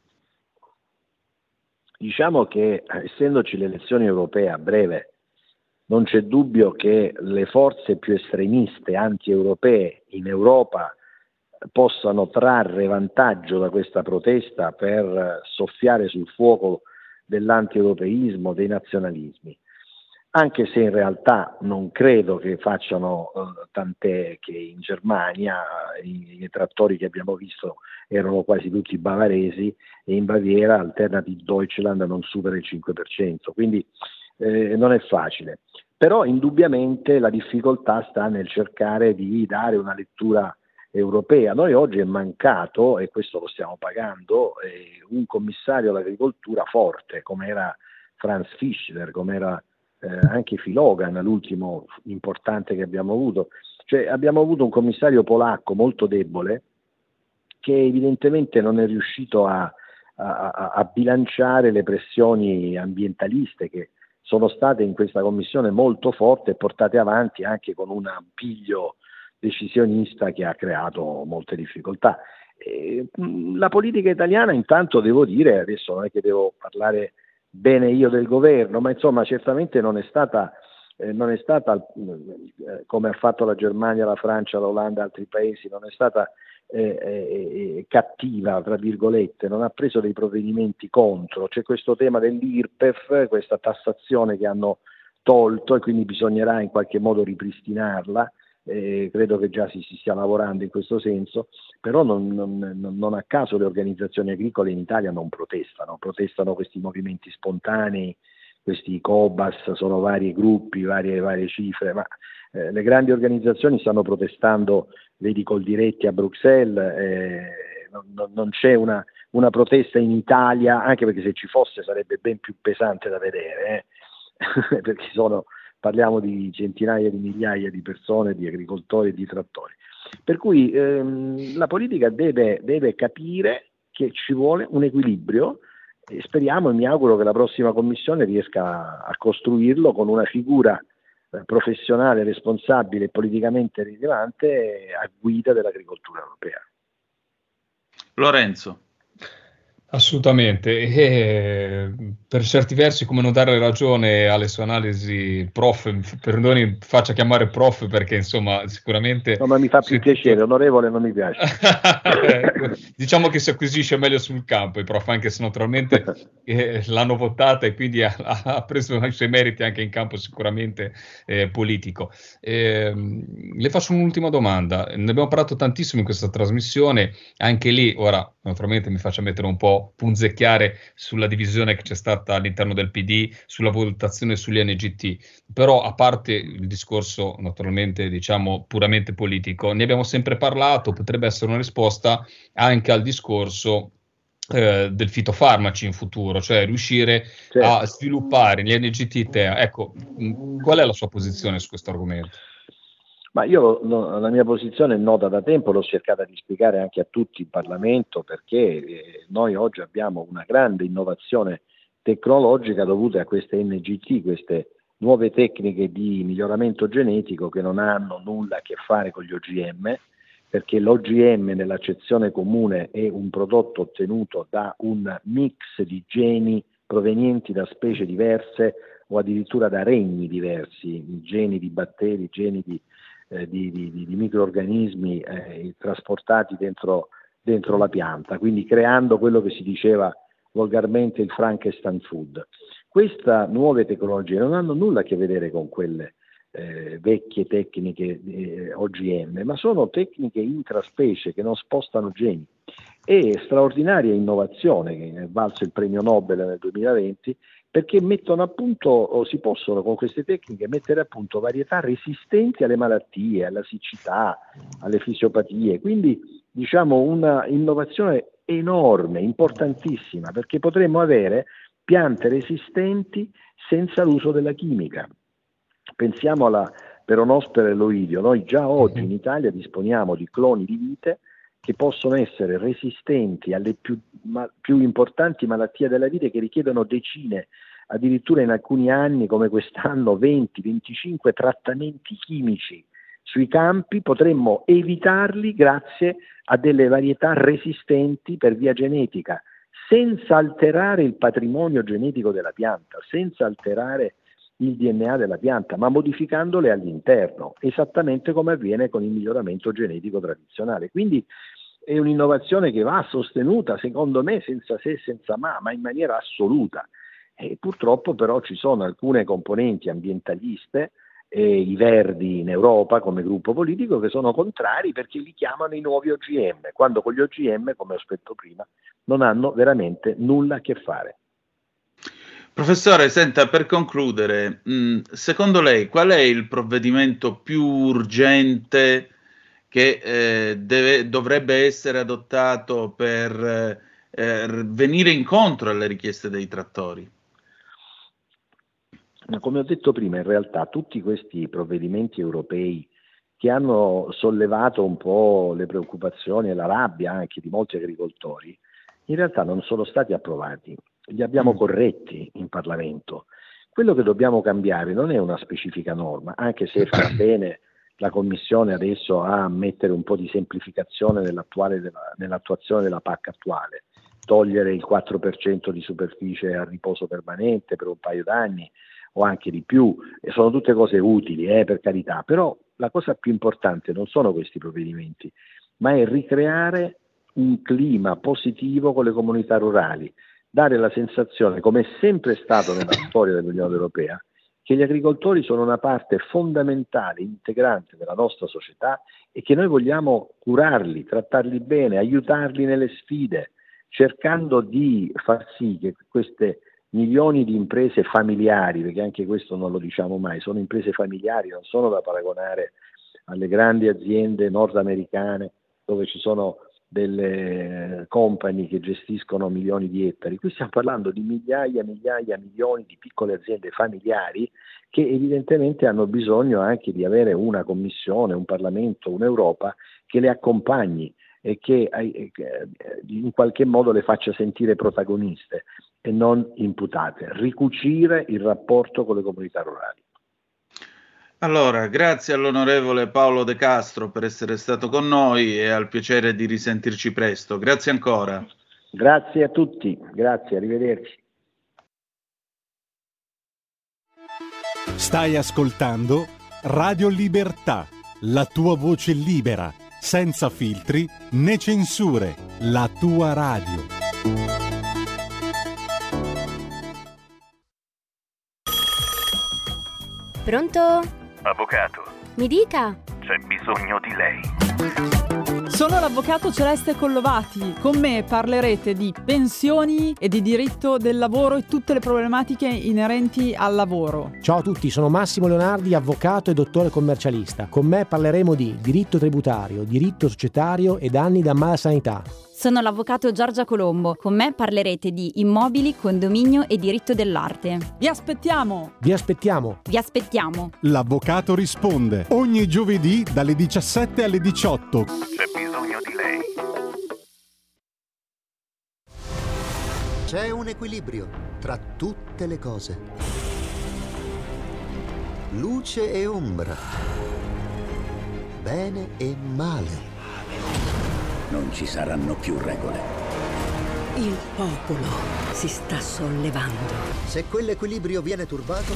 Diciamo che, essendoci le elezioni europee a breve, non c'è dubbio che le forze più estremiste anti-europee in Europa possano trarre vantaggio da questa protesta per soffiare sul fuoco dell'anti-europeismo, dei nazionalismi. Anche se in realtà non credo che facciano eh, tant'è che in Germania i, i trattori che abbiamo visto erano quasi tutti bavaresi e in Baviera Alternative Deutschland non supera il cinque per cento, quindi eh, non è facile. Però indubbiamente la difficoltà sta nel cercare di dare una lettura europea. Noi oggi è mancato, e questo lo stiamo pagando, eh, un commissario all'agricoltura forte, come era Franz Fischler, come era Eh, anche Filogan, l'ultimo importante che abbiamo avuto. Cioè abbiamo avuto un commissario polacco molto debole che evidentemente non è riuscito a, a, a bilanciare le pressioni ambientaliste che sono state in questa commissione molto forti e portate avanti anche con un appiglio decisionista che ha creato molte difficoltà. E, mh, la politica italiana, intanto devo dire, adesso non è che devo parlare bene io del governo, ma insomma certamente non è stata eh, non è stata, eh, come ha fatto la Germania, la Francia, l'Olanda e altri paesi, non è stata eh, eh, cattiva, tra virgolette, non ha preso dei provvedimenti contro. C'è questo tema dell'I R P E F, questa tassazione che hanno tolto, e quindi bisognerà in qualche modo ripristinarla. Eh, credo che già si, si stia lavorando in questo senso, però non, non, non a caso le organizzazioni agricole in Italia non protestano, protestano questi movimenti spontanei, questi Cobas, sono vari gruppi, varie, varie cifre, ma eh, le grandi organizzazioni stanno protestando, vedi Coldiretti a Bruxelles, eh, non, non c'è una, una protesta in Italia, anche perché se ci fosse sarebbe ben più pesante da vedere, eh? perché sono... parliamo di centinaia di migliaia di persone, di agricoltori e di trattori. Per cui ehm, la politica deve, deve capire che ci vuole un equilibrio, e speriamo e mi auguro che la prossima Commissione riesca a, a costruirlo con una figura eh, professionale, responsabile e politicamente rilevante a guida dell'agricoltura europea. Lorenzo. Assolutamente, e per certi versi, come non dare ragione alle sue analisi, prof, perdoni, faccia chiamare prof perché insomma sicuramente... No, ma mi fa più piacere, onorevole non mi piace. Ecco, diciamo che si acquisisce meglio sul campo i prof, anche se naturalmente eh, l'hanno votata e quindi ha, ha preso i suoi meriti anche in campo sicuramente eh, politico. Eh, le faccio un'ultima domanda, ne abbiamo parlato tantissimo in questa trasmissione, anche lì ora naturalmente mi faccia mettere un po' punzecchiare sulla divisione che c'è stata all'interno del P D, sulla votazione sugli N G T, però a parte il discorso naturalmente diciamo puramente politico, ne abbiamo sempre parlato, potrebbe essere una risposta anche al discorso eh, del fitofarmaci in futuro, cioè riuscire certo. a sviluppare gli N G T T E A. Ecco, mh, qual è la sua posizione su questo argomento? Ma io no, la mia posizione è nota da tempo, l'ho cercata di spiegare anche a tutti in Parlamento, perché eh, noi oggi abbiamo una grande innovazione tecnologica dovuta a queste N G T, queste nuove tecniche di miglioramento genetico che non hanno nulla a che fare con gli O G M, perché l'O G M nell'accezione comune è un prodotto ottenuto da un mix di geni provenienti da specie diverse o addirittura da regni diversi, geni di batteri, geni di Eh, di, di, di microorganismi eh, trasportati dentro, dentro la pianta, quindi creando quello che si diceva volgarmente il Frankenstein food. Queste nuove tecnologie non hanno nulla a che vedere con quelle eh, vecchie tecniche eh, O G M, ma sono tecniche intraspecie che non spostano geni. E straordinaria innovazione che è valso il premio Nobel nel duemilaventi, perché mettono a punto, o si possono con queste tecniche mettere a punto varietà resistenti alle malattie, alla siccità, alle fisiopatie, quindi diciamo una innovazione enorme, importantissima, perché potremmo avere piante resistenti senza l'uso della chimica. Pensiamo alla peronospora e l'oidio, noi già oggi in Italia disponiamo di cloni di vite che possono essere resistenti alle più, ma, più importanti malattie della vite, che richiedono decine, addirittura in alcuni anni come quest'anno venti venticinque trattamenti chimici sui campi. Potremmo evitarli grazie a delle varietà resistenti per via genetica, senza alterare il patrimonio genetico della pianta, senza alterare il D N A della pianta, ma modificandole all'interno, esattamente come avviene con il miglioramento genetico tradizionale. Quindi è un'innovazione che va sostenuta, secondo me, senza se e senza ma, ma in maniera assoluta. E purtroppo però ci sono alcune componenti ambientaliste, e i Verdi in Europa come gruppo politico, che sono contrari perché li chiamano i nuovi O G M, quando con gli O G M, come ho detto prima, non hanno veramente nulla a che fare. Professore, senta, per concludere, mh, secondo lei qual è il provvedimento più urgente che eh, deve, dovrebbe essere adottato per eh, venire incontro alle richieste dei trattori? Ma come ho detto prima, in realtà tutti questi provvedimenti europei che hanno sollevato un po' le preoccupazioni e la rabbia anche di molti agricoltori, in realtà non sono stati approvati. Li abbiamo corretti in Parlamento. Quello che dobbiamo cambiare non è una specifica norma, anche se fa bene la Commissione adesso a mettere un po' di semplificazione nell'attuale della, nell'attuazione della P A C attuale, togliere il quattro per cento di superficie a riposo permanente per un paio d'anni, o anche di più, e sono tutte cose utili, eh, per carità, però la cosa più importante non sono questi provvedimenti, ma è ricreare un clima positivo con le comunità rurali, dare la sensazione, come è sempre stato nella storia dell'Unione Europea, che gli agricoltori sono una parte fondamentale, integrante della nostra società e che noi vogliamo curarli, trattarli bene, aiutarli nelle sfide, cercando di far sì che queste milioni di imprese familiari, perché anche questo non lo diciamo mai, sono imprese familiari, non sono da paragonare alle grandi aziende nordamericane dove ci sono delle company che gestiscono milioni di ettari. Qui stiamo parlando di migliaia, migliaia, milioni di piccole aziende familiari che evidentemente hanno bisogno anche di avere una commissione, un Parlamento, un'Europa che le accompagni e che eh, in qualche modo le faccia sentire protagoniste e non imputate. Ricucire il rapporto con le comunità rurali. Allora, grazie all'onorevole Paolo De Castro per essere stato con noi e al piacere di risentirci presto. Grazie ancora. Grazie a tutti, grazie, arrivederci. Stai ascoltando Radio Libertà, la tua voce libera, senza filtri né censure, la tua radio. Pronto? Avvocato, Mi dica. c'è bisogno di lei. Sono l'avvocato Celeste Collovati. Con me parlerete di pensioni e di diritto del lavoro e tutte le problematiche inerenti al lavoro. Ciao a tutti, sono Massimo Leonardi, avvocato e dottore commercialista. Con me parleremo di diritto tributario, diritto societario e danni da malasanità. Sono l'avvocato Giorgia Colombo. Con me parlerete di immobili, condominio e diritto dell'arte. Vi aspettiamo! Vi aspettiamo! Vi aspettiamo! L'avvocato risponde ogni giovedì dalle diciassette alle diciotto. C'è bisogno di lei. C'è un equilibrio tra tutte le cose. Luce e ombra. Bene e male. Non ci saranno più regole. Il popolo si sta sollevando. Se quell'equilibrio viene turbato,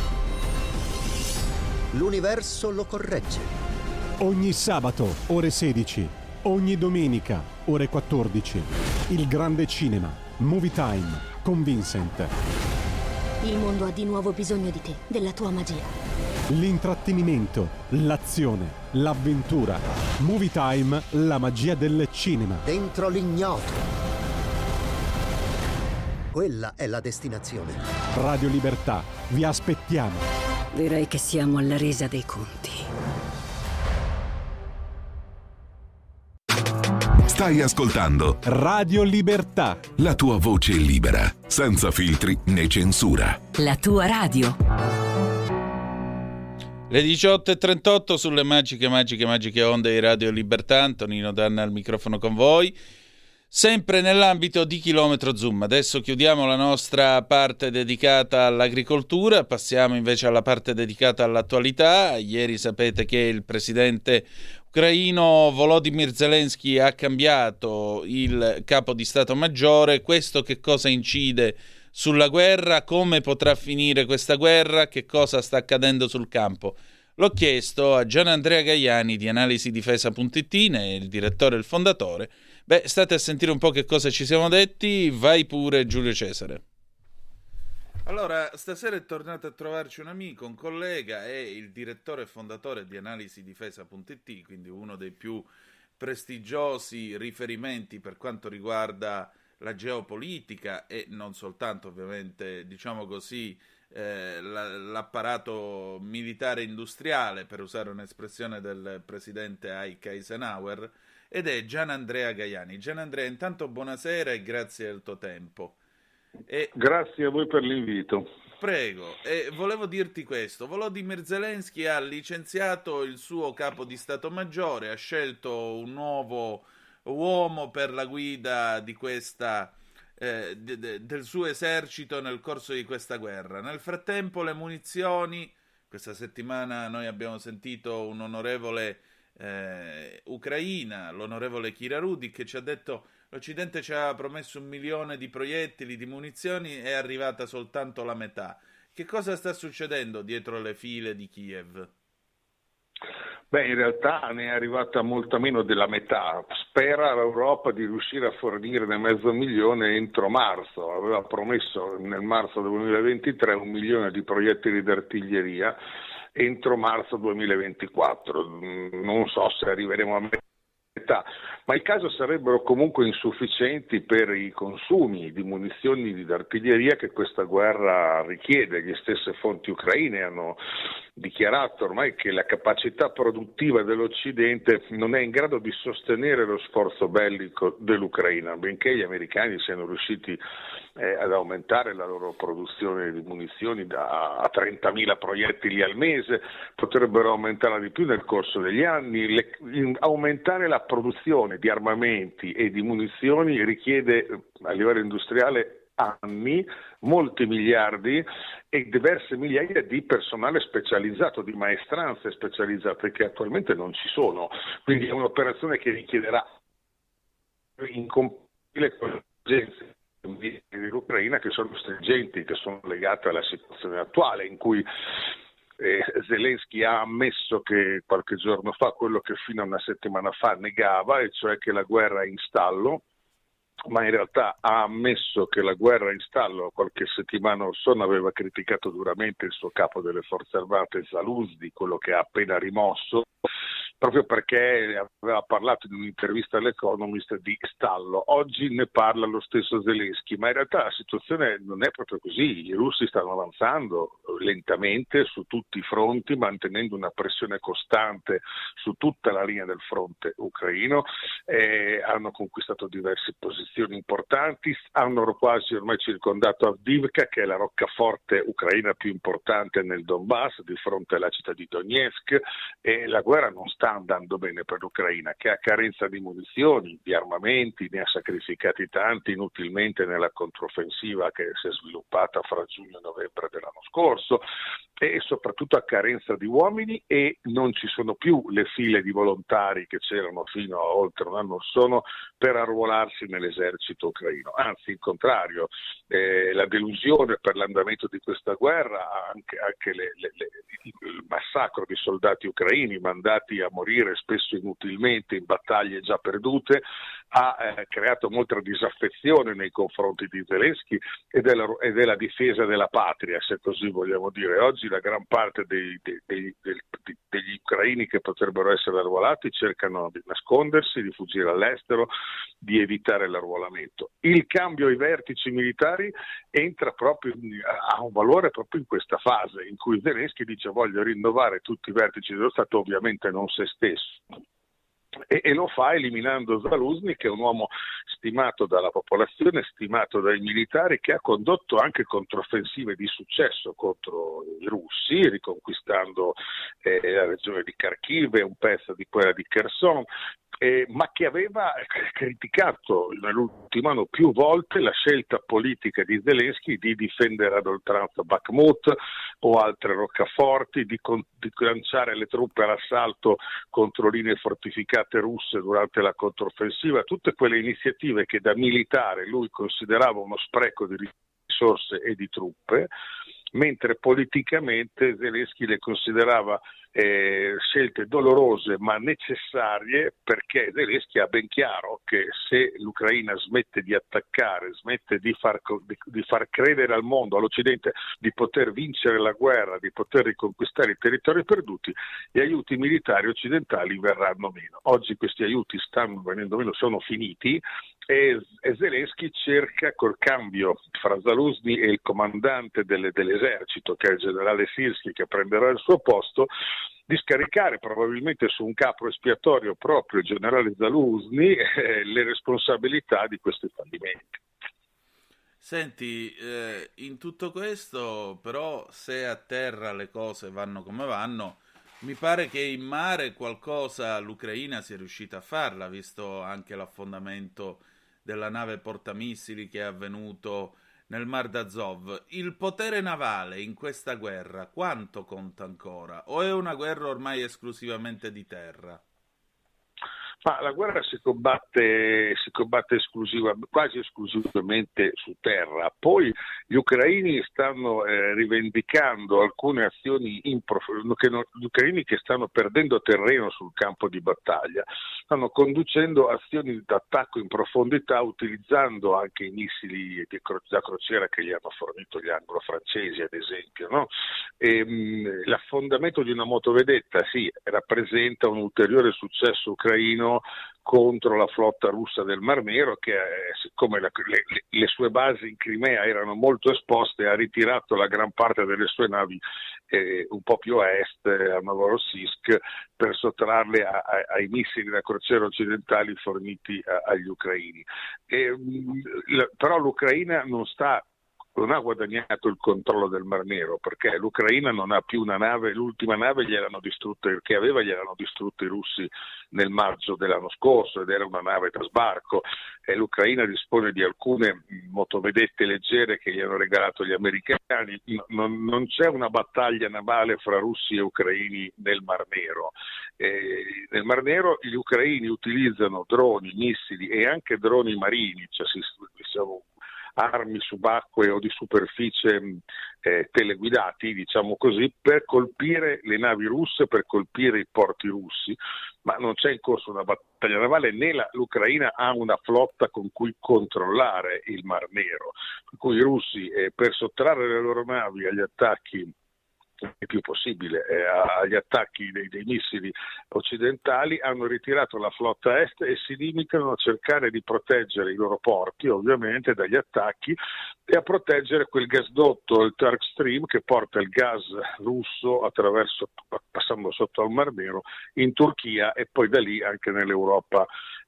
l'universo lo corregge. Ogni sabato, ore sedici. Ogni domenica, ore quattordici. Il grande cinema, Movie Time, con Vincent. Il mondo ha di nuovo bisogno di te, della tua magia. L'intrattenimento, l'azione, l'avventura. Movie Time, la magia del cinema. Dentro l'ignoto. Quella è la destinazione. Radio Libertà, vi aspettiamo. Direi che siamo alla resa dei conti. Stai ascoltando Radio Libertà, la tua voce libera, senza filtri né censura. La tua radio. Le diciotto e trentotto sulle magiche, magiche, magiche onde di Radio Libertà. Antonino Danna al microfono con voi. Sempre nell'ambito di Chilometro Zoom. Adesso chiudiamo la nostra parte dedicata all'agricoltura, passiamo invece alla parte dedicata all'attualità. Ieri sapete che il presidente ucraino Volodymyr Zelensky ha cambiato il capo di Stato Maggiore. Questo che cosa incide sulla guerra? Come potrà finire questa guerra? Che cosa sta accadendo sul campo? L'ho chiesto a Gianandrea Gaiani di analisi difesa punto it, il direttore e il fondatore. Beh, state a sentire un po' che cosa ci siamo detti. Vai pure, Giulio Cesare. Allora, stasera è tornato a trovarci un amico, un collega, è il direttore e fondatore di analisi difesa punto it, quindi uno dei più prestigiosi riferimenti per quanto riguarda la geopolitica e non soltanto, ovviamente, diciamo così, eh, la, l'apparato militare industriale, per usare un'espressione del presidente Ike Eisenhower, ed è Gianandrea Gaiani. Gianandrea, intanto buonasera e grazie del tuo tempo. E... Grazie a voi per l'invito. Prego, e volevo dirti questo: Volodymyr Zelensky ha licenziato il suo capo di Stato Maggiore, ha scelto un nuovo uomo per la guida di questa eh, de, de, del suo esercito nel corso di questa guerra. Nel frattempo le munizioni, questa settimana noi abbiamo sentito un onorevole eh, ucraina, l'onorevole Kira Rudik, che ci ha detto l'Occidente ci ha promesso un milione di proiettili, di munizioni, è arrivata soltanto la metà. Che cosa sta succedendo dietro le file di Kiev? Beh, in realtà ne è arrivata molta meno della metà. Spera l'Europa di riuscire a fornirne mezzo milione entro marzo. Aveva promesso nel marzo duemilaventitré un milione di proiettili d'artiglieria entro marzo duemilaventiquattro. Non so se arriveremo a metà, ma in caso sarebbero comunque insufficienti per i consumi di munizioni di artiglieria che questa guerra richiede. Le stesse fonti ucraine hanno dichiarato ormai che la capacità produttiva dell'Occidente non è in grado di sostenere lo sforzo bellico dell'Ucraina, benché gli americani siano riusciti eh, ad aumentare la loro produzione di munizioni da, a trentamila proiettili al mese, potrebbero aumentarla di più nel corso degli anni. Le, in, aumentare la produzione di armamenti e di munizioni richiede a livello industriale anni, molti miliardi e diverse migliaia di personale specializzato, di maestranze specializzate che attualmente non ci sono. Quindi è un'operazione che richiederà incompatibile con le urgenze dell'Ucraina, che sono stringenti, che sono legate alla situazione attuale in cui Eh, Zelensky ha ammesso che qualche giorno fa quello che fino a una settimana fa negava, e cioè che la guerra è in stallo, ma in realtà ha ammesso che la guerra è in stallo. Qualche settimana or sono aveva criticato duramente il suo capo delle forze armate Zaluzny, quello che ha appena rimosso, proprio perché aveva parlato in un'intervista all'Economist di stallo. Oggi ne parla lo stesso Zelensky, ma in realtà la situazione non è proprio così. I russi stanno avanzando lentamente su tutti i fronti, mantenendo una pressione costante su tutta la linea del fronte ucraino, eh, hanno conquistato diverse posizioni importanti, hanno quasi ormai circondato Avdiivka, che è la roccaforte ucraina più importante nel Donbass, di fronte alla città di Donetsk, e la guerra non sta andando bene per l'Ucraina, che ha carenza di munizioni, di armamenti, ne ha sacrificati tanti inutilmente nella controffensiva che si è sviluppata fra giugno e novembre dell'anno scorso, e soprattutto ha carenza di uomini, e non ci sono più le file di volontari che c'erano fino a oltre un anno or sono per arruolarsi nell'esercito ucraino. Anzi, il contrario, eh, la delusione per l'andamento di questa guerra, anche, anche le, le, le, il massacro di soldati ucraini mandati a morire spesso inutilmente in battaglie già perdute, ha eh, creato molta disaffezione nei confronti di Zelensky e della, e della difesa della patria, se così vogliamo dire. Oggi la gran parte dei, dei, dei, dei, degli ucraini che potrebbero essere arruolati cercano di nascondersi, di fuggire all'estero, di evitare l'arruolamento. Il cambio ai vertici militari entra proprio, ha un valore proprio in questa fase in cui Zelensky dice: voglio rinnovare tutti i vertici dello Stato, ovviamente non se stesso. E, e lo fa eliminando Zaluzny, che è un uomo stimato dalla popolazione, stimato dai militari, che ha condotto anche controffensive di successo contro i russi, riconquistando eh, la regione di Kharkiv e un pezzo di quella di Kherson, eh, ma che aveva criticato nell'ultimo anno più volte la scelta politica di Zelensky di difendere ad oltranza Bakhmut o altre roccaforti, di, con, di lanciare le truppe all'assalto contro linee fortificate russe durante la controffensiva, tutte quelle iniziative che da militare lui considerava uno spreco di risorse e di truppe, mentre politicamente Zelensky le considerava eh, scelte dolorose ma necessarie, perché Zelensky ha ben chiaro che se l'Ucraina smette di attaccare, smette di far, di, di far credere al mondo, all'Occidente, di poter vincere la guerra, di poter riconquistare i territori perduti, gli aiuti militari occidentali verranno meno. Oggi questi aiuti stanno venendo meno, sono finiti, e, e Zelensky cerca, col cambio fra Zaluzny e il comandante delle, dell'esercito, che è il generale Sirski, che prenderà il suo posto, di scaricare probabilmente su un capo espiatorio proprio il generale Zaluzny eh, le responsabilità di questi fallimenti. Senti, eh, in tutto questo, però, se a terra le cose vanno come vanno, mi pare che in mare qualcosa l'Ucraina sia riuscita a farla, visto anche l'affondamento della nave portamissili che è avvenuto nel Mar d'Azov. Il potere navale in questa guerra quanto conta ancora? O è una guerra ormai esclusivamente di terra? Ma la guerra si combatte, si combatte esclusiva, quasi esclusivamente su terra. Poi gli ucraini stanno eh, rivendicando alcune azioni in prof- che non, gli ucraini che stanno perdendo terreno sul campo di battaglia, stanno conducendo azioni d'attacco in profondità utilizzando anche i missili di cro- da crociera che gli hanno fornito gli anglo-francesi, ad esempio. No? E, mh, l'affondamento di una motovedetta sì, rappresenta un ulteriore successo ucraino contro la flotta russa del Mar Nero che, eh, siccome la, le, le sue basi in Crimea erano molto esposte, ha ritirato la gran parte delle sue navi eh, un po' più a est, a Novorossiysk, per sottrarle a, a, ai missili da crociera occidentali forniti a, agli ucraini. E, mh, la, però l'Ucraina non sta non ha guadagnato il controllo del Mar Nero, perché l'Ucraina non ha più una nave, l'ultima nave gliel'hanno distrutta, che aveva gliel'hanno distrutta i russi nel maggio dell'anno scorso, ed era una nave da sbarco, e l'Ucraina dispone di alcune motovedette leggere che gli hanno regalato gli americani. Non, non c'è una battaglia navale fra russi e ucraini nel Mar Nero. Eh, nel Mar Nero gli ucraini utilizzano droni, missili e anche droni marini, cioè si, diciamo, armi subacquee o di superficie eh, teleguidati, diciamo così, per colpire le navi russe, per colpire i porti russi, ma non c'è in corso una battaglia navale, né la, l'Ucraina ha una flotta con cui controllare il Mar Nero, per cui i russi eh, per sottrarre le loro navi agli attacchi il più possibile eh, agli attacchi dei, dei missili occidentali hanno ritirato la flotta est e si limitano a cercare di proteggere i loro porti ovviamente dagli attacchi e a proteggere quel gasdotto, il Turk Stream, che porta il gas russo attraverso, passando sotto al Mar Nero in Turchia e poi da lì anche nell'Europa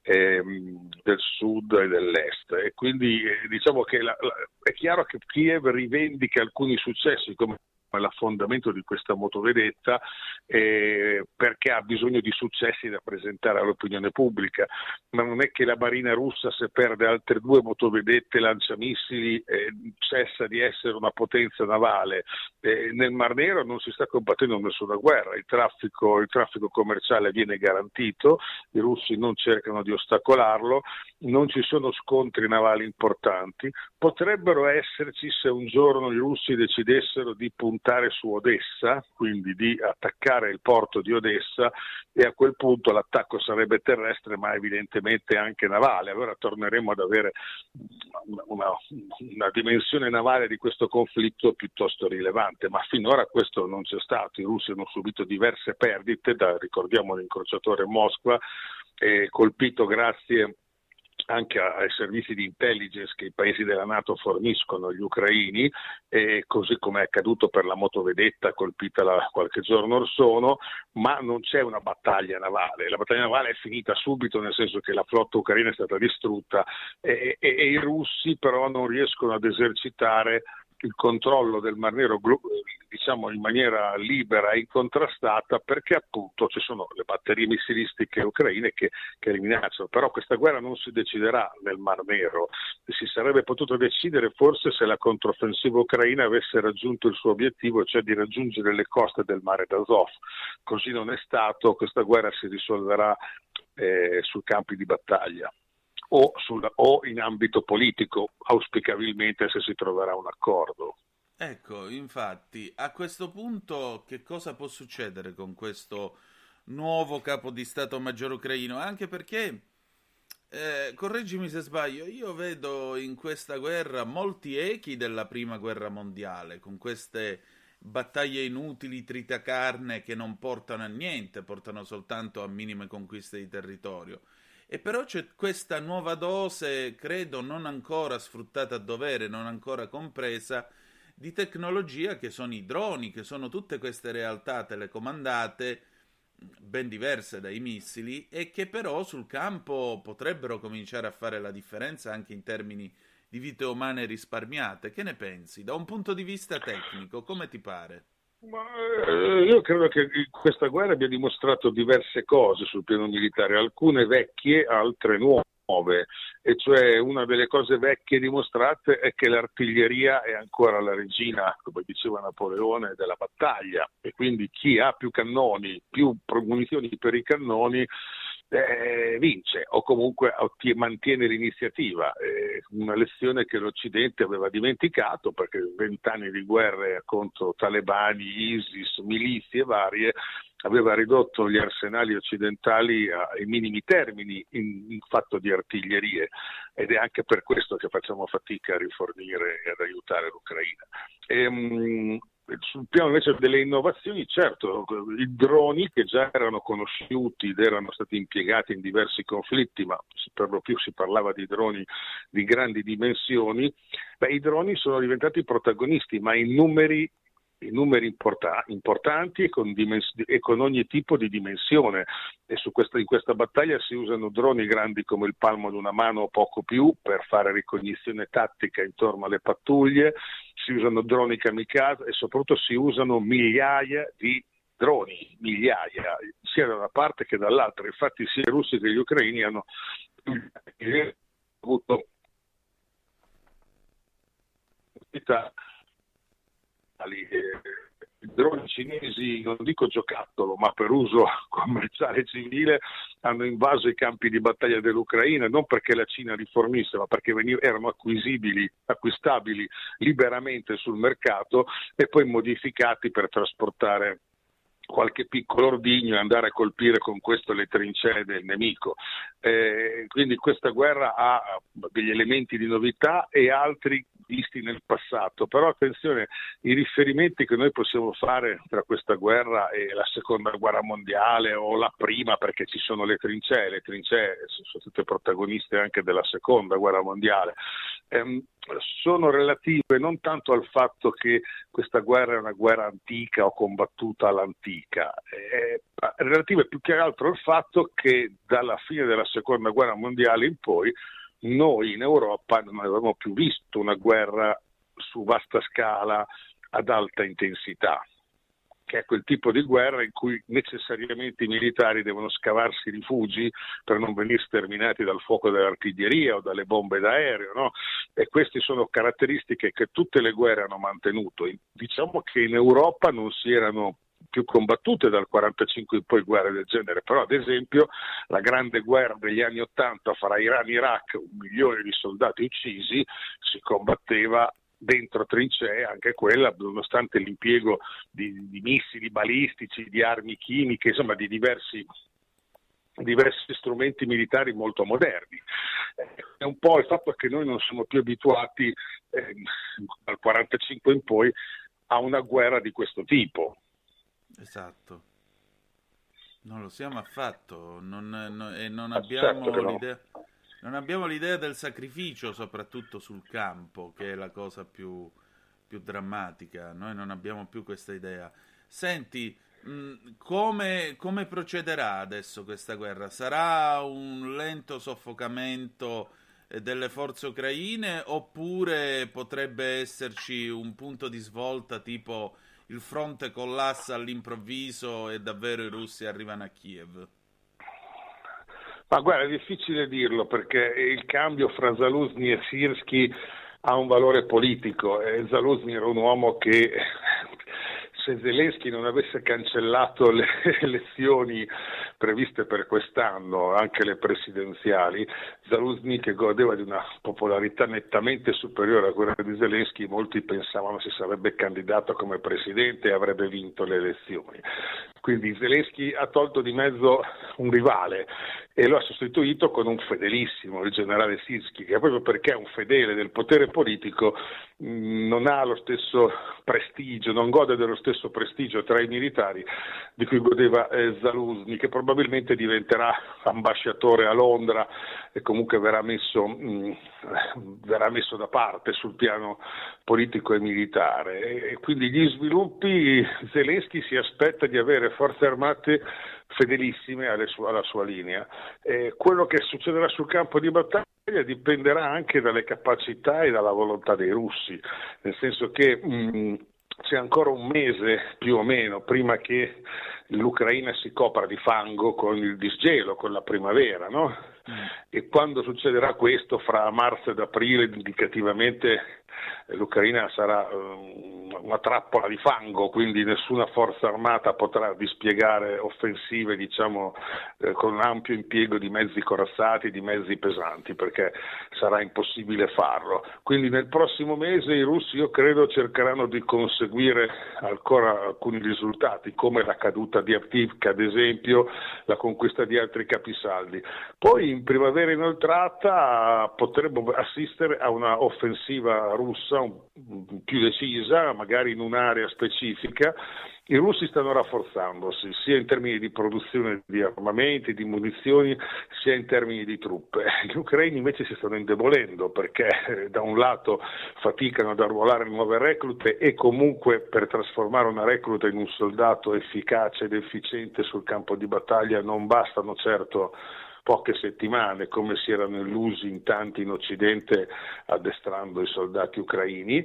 ehm, del sud e dell'est. E quindi eh, diciamo che la, la, è chiaro che Kiev rivendica alcuni successi come l'affondamento di questa motovedetta eh, perché ha bisogno di successi da presentare all'opinione pubblica, ma non è che la marina russa, se perde altre due motovedette lanciamissili, eh, cessa di essere una potenza navale. Eh, nel Mar Nero non si sta combattendo nessuna guerra, il traffico, il traffico commerciale viene garantito, i russi non cercano di ostacolarlo, non ci sono scontri navali importanti. Potrebbero esserci se un giorno i russi decidessero di puntare su Odessa, quindi di attaccare il porto di Odessa, e a quel punto l'attacco sarebbe terrestre ma evidentemente anche navale. Allora torneremo ad avere una, una, una dimensione navale di questo conflitto piuttosto rilevante, ma finora questo non c'è stato. I russi hanno subito diverse perdite, da, ricordiamo l'incrociatore Moskva, eh, colpito grazie anche ai servizi di intelligence che i paesi della NATO forniscono agli ucraini, e così come è accaduto per la motovedetta colpita la, qualche giorno or sono, ma non c'è una battaglia navale. La battaglia navale è finita subito, nel senso che la flotta ucraina è stata distrutta e, e, e i russi però non riescono ad esercitare il controllo del Mar Nero, diciamo, in maniera libera e incontrastata, perché appunto ci sono le batterie missilistiche ucraine che, che li minacciano. Però questa guerra non si deciderà nel Mar Nero, si sarebbe potuto decidere forse se la controffensiva ucraina avesse raggiunto il suo obiettivo, cioè di raggiungere le coste del mare d'Azov. Così non è stato, questa guerra si risolverà eh, sui campi di battaglia. O, sul, o in ambito politico, auspicabilmente se si troverà un accordo. Ecco, infatti, a questo punto che cosa può succedere con questo nuovo capo di Stato Maggiore ucraino? Anche perché, eh, correggimi se sbaglio, io vedo in questa guerra molti echi della Prima Guerra Mondiale, con queste battaglie inutili, tritacarne, che non portano a niente, portano soltanto a minime conquiste di territorio. E però c'è questa nuova dose, credo non ancora sfruttata a dovere, non ancora compresa, di tecnologia, che sono i droni, che sono tutte queste realtà telecomandate, ben diverse dai missili, e che però sul campo potrebbero cominciare a fare la differenza anche in termini di vite umane risparmiate. Che ne pensi? Da un punto di vista tecnico, come ti pare? Ma, eh, io credo che questa guerra abbia dimostrato diverse cose sul piano militare, alcune vecchie, altre nuove, e cioè una delle cose vecchie dimostrate è che l'artiglieria è ancora la regina, come diceva Napoleone, della battaglia, e quindi chi ha più cannoni, più munizioni per i cannoni, eh, vince o comunque ottie- mantiene l'iniziativa, eh, una lezione che l'Occidente aveva dimenticato, perché vent'anni di guerre contro talebani, ISIS, milizie varie aveva ridotto gli arsenali occidentali ai minimi termini in, in fatto di artiglierie, ed è anche per questo che facciamo fatica a rifornire e ad aiutare l'Ucraina. E, um, sul piano invece delle innovazioni, certo, i droni che già erano conosciuti ed erano stati impiegati in diversi conflitti, ma per lo più si parlava di droni di grandi dimensioni, beh, i droni sono diventati protagonisti, ma in numeri i numeri importa- importanti e con, dimens- e con ogni tipo di dimensione, e su questa, in questa battaglia si usano droni grandi come il palmo di una mano o poco più per fare ricognizione tattica intorno alle pattuglie, si usano droni kamikaze e soprattutto si usano migliaia di droni, migliaia, sia da una parte che dall'altra. Infatti sia i russi che gli ucraini hanno avuto i droni cinesi, non dico giocattolo, ma per uso commerciale civile, hanno invaso i campi di battaglia dell'Ucraina, non perché la Cina li fornisse, ma perché veniv- erano acquisibili, acquistabili liberamente sul mercato e poi modificati per trasportare qualche piccolo ordigno e andare a colpire con questo le trincee del nemico. Eh, quindi questa guerra ha degli elementi di novità e altri visti nel passato, però attenzione, i riferimenti che noi possiamo fare tra questa guerra e la seconda guerra mondiale o la prima, perché ci sono le trincee, le trincee sono tutte protagoniste anche della seconda guerra mondiale, ehm, sono relative non tanto al fatto che questa guerra è una guerra antica o combattuta all'antica, è relative più che altro al fatto che dalla fine della seconda guerra mondiale in poi noi in Europa non avevamo più visto una guerra su vasta scala ad alta intensità, che è quel tipo di guerra in cui necessariamente i militari devono scavarsi rifugi per non venire sterminati dal fuoco dell'artiglieria o dalle bombe d'aereo, no? E queste sono caratteristiche che tutte le guerre hanno mantenuto. Diciamo che in Europa non si erano più combattute dal quarantacinque in poi guerre del genere, però ad esempio la grande guerra degli anni ottanta fra Iran e Iraq, un milione di soldati uccisi, si combatteva dentro trincee, anche quella, nonostante l'impiego di, di missili balistici, di armi chimiche, insomma di diversi diversi strumenti militari molto moderni. È un po' il fatto che noi non siamo più abituati eh, dal quarantacinque in poi a una guerra di questo tipo. Esatto, non lo siamo affatto, non, no, e non abbiamo certo l'idea, no. non abbiamo l'idea del sacrificio, soprattutto sul campo, che è la cosa più, più drammatica. Noi non abbiamo più questa idea. Senti, mh, come, come procederà adesso questa guerra? Sarà un lento soffocamento delle forze ucraine, oppure potrebbe esserci un punto di svolta, tipo il fronte collassa all'improvviso e davvero i russi arrivano a Kiev? Ma guarda, è difficile dirlo, perché il cambio fra Zaluzny e Sirski ha un valore politico. E Zaluzny era un uomo che, se Zelensky non avesse cancellato le elezioni previste per quest'anno, anche le presidenziali, Zaluzny, che godeva di una popolarità nettamente superiore a quella di Zelensky, molti pensavano si sarebbe candidato come presidente e avrebbe vinto le elezioni. Quindi Zelensky ha tolto di mezzo un rivale e lo ha sostituito con un fedelissimo, il generale Sirski, che proprio perché è un fedele del potere politico mh, non ha lo stesso prestigio, non gode dello stesso prestigio tra i militari di cui godeva eh, Zaluzny, che probabilmente diventerà ambasciatore a Londra e comunque verrà messo, mh, verrà messo da parte sul piano politico e militare. E quindi gli sviluppi, Zelensky si aspetta di avere forze armate fedelissime alle su- alla sua linea. Eh, quello che succederà sul campo di battaglia dipenderà anche dalle capacità e dalla volontà dei russi, nel senso che mh, c'è ancora un mese più o meno prima che l'Ucraina si copra di fango con il disgelo, con la primavera, no? E quando succederà questo, fra marzo ed aprile, indicativamente l'Ucraina sarà um, una trappola di fango, quindi nessuna forza armata potrà dispiegare offensive, diciamo, eh, con un ampio impiego di mezzi corazzati, di mezzi pesanti, perché sarà impossibile farlo. Quindi nel prossimo mese i russi, io credo, cercheranno di conseguire ancora alcuni risultati, come la caduta di Avdiivka, ad esempio, la conquista di altri capisaldi. Poi in primavera inoltrata potremmo assistere a una offensiva russa un, più decisa, magari in un'area specifica. I russi stanno rafforzandosi sia in termini di produzione di armamenti, di munizioni, sia in termini di truppe. Gli ucraini invece si stanno indebolendo perché eh, da un lato faticano ad arruolare nuove reclute e comunque per trasformare una recluta in un soldato efficace ed efficiente sul campo di battaglia non bastano certo poche settimane, come si erano illusi in tanti in Occidente addestrando i soldati ucraini.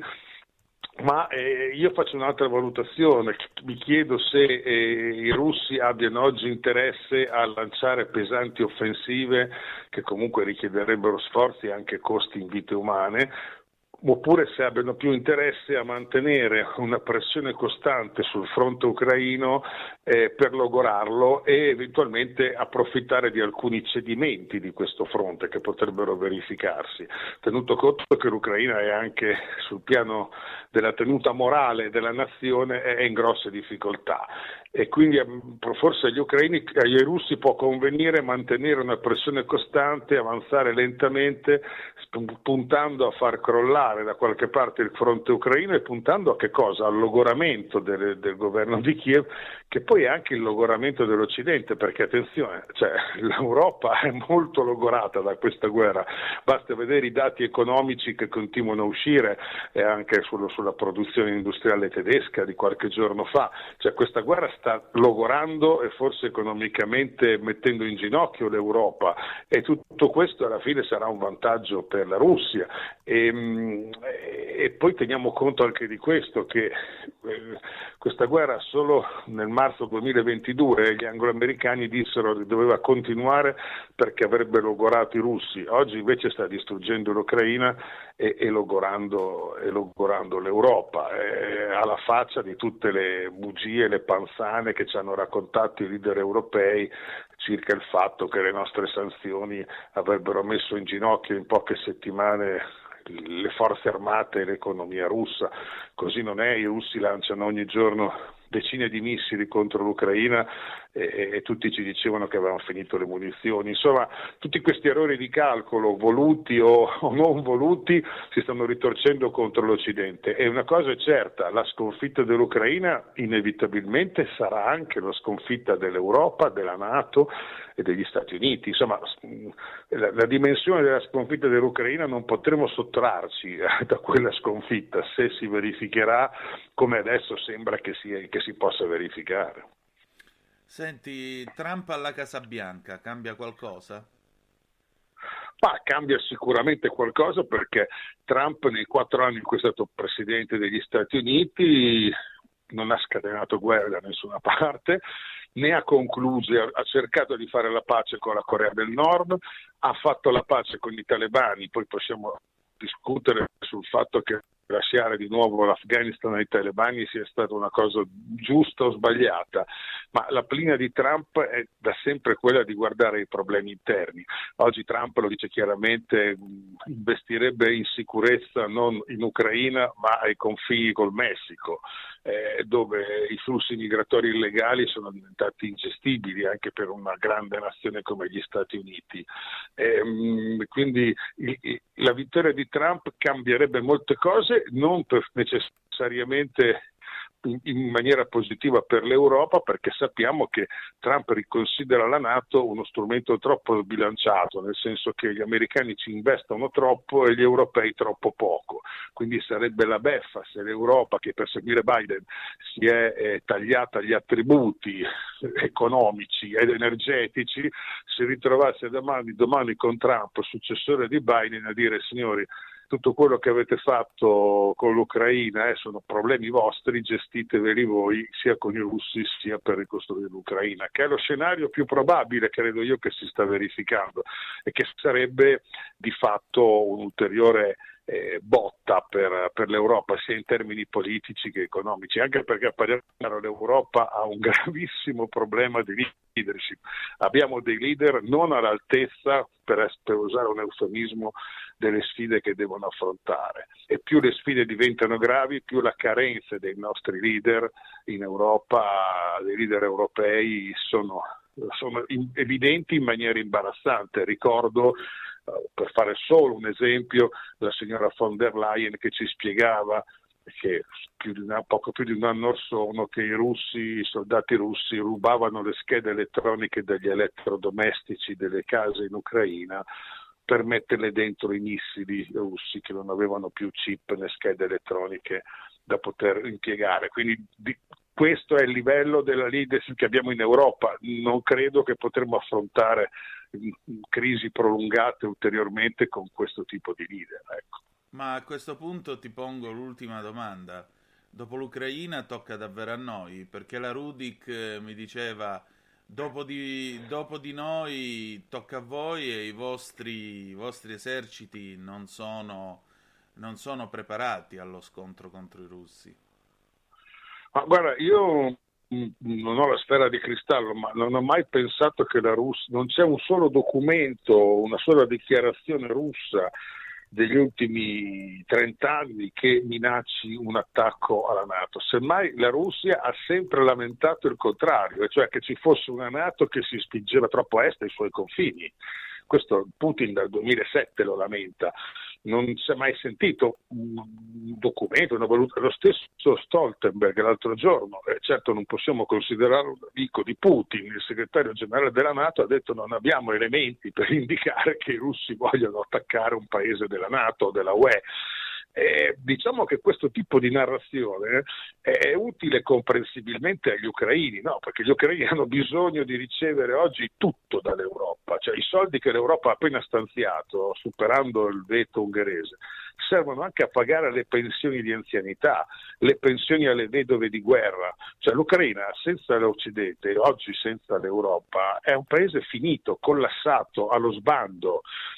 Ma eh, io faccio un'altra valutazione, mi chiedo se eh, i russi abbiano oggi interesse a lanciare pesanti offensive che comunque richiederebbero sforzi e anche costi in vite umane, oppure se abbiano più interesse a mantenere una pressione costante sul fronte ucraino eh, per logorarlo e eventualmente approfittare di alcuni cedimenti di questo fronte che potrebbero verificarsi, tenuto conto che l'Ucraina è anche sul piano della tenuta morale della nazione è in grosse difficoltà e quindi forse agli ucraini, agli russi può convenire mantenere una pressione costante, avanzare lentamente, puntando a far crollare da qualche parte il fronte ucraino e puntando a che cosa? Al logoramento del, del governo di Kiev, che poi è anche il logoramento dell'Occidente, perché attenzione, cioè, l'Europa è molto logorata da questa guerra, basta vedere i dati economici che continuano a uscire e anche sullo, sulla produzione industriale tedesca di qualche giorno fa, cioè questa guerra sta logorando e forse economicamente mettendo in ginocchio l'Europa e tutto questo alla fine sarà un vantaggio per la Russia e, e poi teniamo conto anche di questo che eh, questa guerra solo nel marzo duemilaventidue gli angloamericani dissero che doveva continuare perché avrebbe logorato i russi, oggi invece sta distruggendo l'Ucraina e, e, logorando, e logorando l'Europa, eh, alla faccia di tutte le bugie, le panzane che ci hanno raccontato i leader europei circa il fatto che le nostre sanzioni avrebbero messo in ginocchio in poche settimane le forze armate e l'economia russa. Così non è, i russi lanciano ogni giorno decine di missili contro l'Ucraina e, e tutti ci dicevano che avevano finito le munizioni. Insomma, tutti questi errori di calcolo, voluti o, o non voluti, si stanno ritorcendo contro l'Occidente. E una cosa è certa, la sconfitta dell'Ucraina inevitabilmente sarà anche la sconfitta dell'Europa, della NATO e degli Stati Uniti. Insomma, la, la dimensione della sconfitta dell'Ucraina non potremo sottrarci da quella sconfitta se si verificherà come adesso sembra che si, che si possa verificare. Senti, Trump alla Casa Bianca cambia qualcosa? Ma cambia sicuramente qualcosa perché Trump nei quattro anni in cui è stato presidente degli Stati Uniti non ha scatenato guerra da nessuna parte, ne ha concluse, ha cercato di fare la pace con la Corea del Nord, ha fatto la pace con i talebani, poi possiamo discutere sul fatto che lasciare di nuovo l'Afghanistan ai talebani sia stata una cosa giusta o sbagliata, ma la linea di Trump è da sempre quella di guardare i problemi interni. Oggi Trump lo dice chiaramente, investirebbe in sicurezza non in Ucraina ma ai confini col Messico, eh, dove i flussi migratori illegali sono diventati ingestibili anche per una grande nazione come gli Stati Uniti. Eh, quindi il, la vittoria di Trump cambierebbe molte cose, non per necessariamente in, in maniera positiva per l'Europa, perché sappiamo che Trump riconsidera la NATO uno strumento troppo sbilanciato, nel senso che gli americani ci investono troppo e gli europei troppo poco, quindi sarebbe la beffa se l'Europa, che per seguire Biden si è eh, tagliata gli attributi economici ed energetici, si ritrovasse domani, domani con Trump, successore di Biden, a dire: signori, tutto quello che avete fatto con l'Ucraina eh, sono problemi vostri, gestiteveli voi sia con i russi sia per ricostruire l'Ucraina, che è lo scenario più probabile, credo io, che si sta verificando e che sarebbe di fatto un ulteriore eh, botta per, per l'Europa, sia in termini politici che economici, anche perché a parere l'Europa ha un gravissimo problema di leadership. Abbiamo dei leader non all'altezza, per, per usare un eufemismo, delle sfide che devono affrontare, e più le sfide diventano gravi, più la carenza dei nostri leader in Europa, dei leader europei, sono, sono in, evidenti in maniera imbarazzante. Ricordo, uh, per fare solo un esempio, la signora von der Leyen che ci spiegava che più di una, poco più di un anno or sono che i russi, i soldati russi rubavano le schede elettroniche dagli elettrodomestici delle case in Ucraina per metterle dentro i missili russi che non avevano più chip né schede elettroniche da poter impiegare. Quindi di, questo è il livello della leadership che abbiamo in Europa. Non credo che potremo affrontare crisi prolungate ulteriormente con questo tipo di leader. Ecco. Ma a questo punto ti pongo l'ultima domanda. Dopo l'Ucraina tocca davvero a noi, perché la Rudik eh, mi diceva dopo di, dopo di noi tocca a voi e i vostri, i vostri eserciti non sono, non sono preparati allo scontro contro i russi. Ma guarda, io non ho la sfera di cristallo, ma non ho mai pensato che la Russia, non c'è un solo documento, una sola dichiarazione russa degli ultimi trent'anni che minacci un attacco alla NATO. Semmai la Russia ha sempre lamentato il contrario, cioè che ci fosse una NATO che si spingeva troppo a est ai suoi confini. Questo Putin dal duemilasette lo lamenta. Non si è mai sentito un documento, una valuta. Lo stesso Stoltenberg l'altro giorno, eh, certo non possiamo considerarlo un amico di Putin, il segretario generale della NATO ha detto non abbiamo elementi per indicare che i russi vogliono attaccare un paese della NATO o della U E. Eh, diciamo che questo tipo di narrazione è utile comprensibilmente agli ucraini, no? Perché gli ucraini hanno bisogno di ricevere oggi tutto dall'Europa, cioè i soldi che l'Europa ha appena stanziato, superando il veto ungherese, servono anche a pagare le pensioni di anzianità, le pensioni alle vedove di guerra. Cioè l'Ucraina senza l'Occidente, oggi senza l'Europa, è un paese finito, collassato, allo sbando,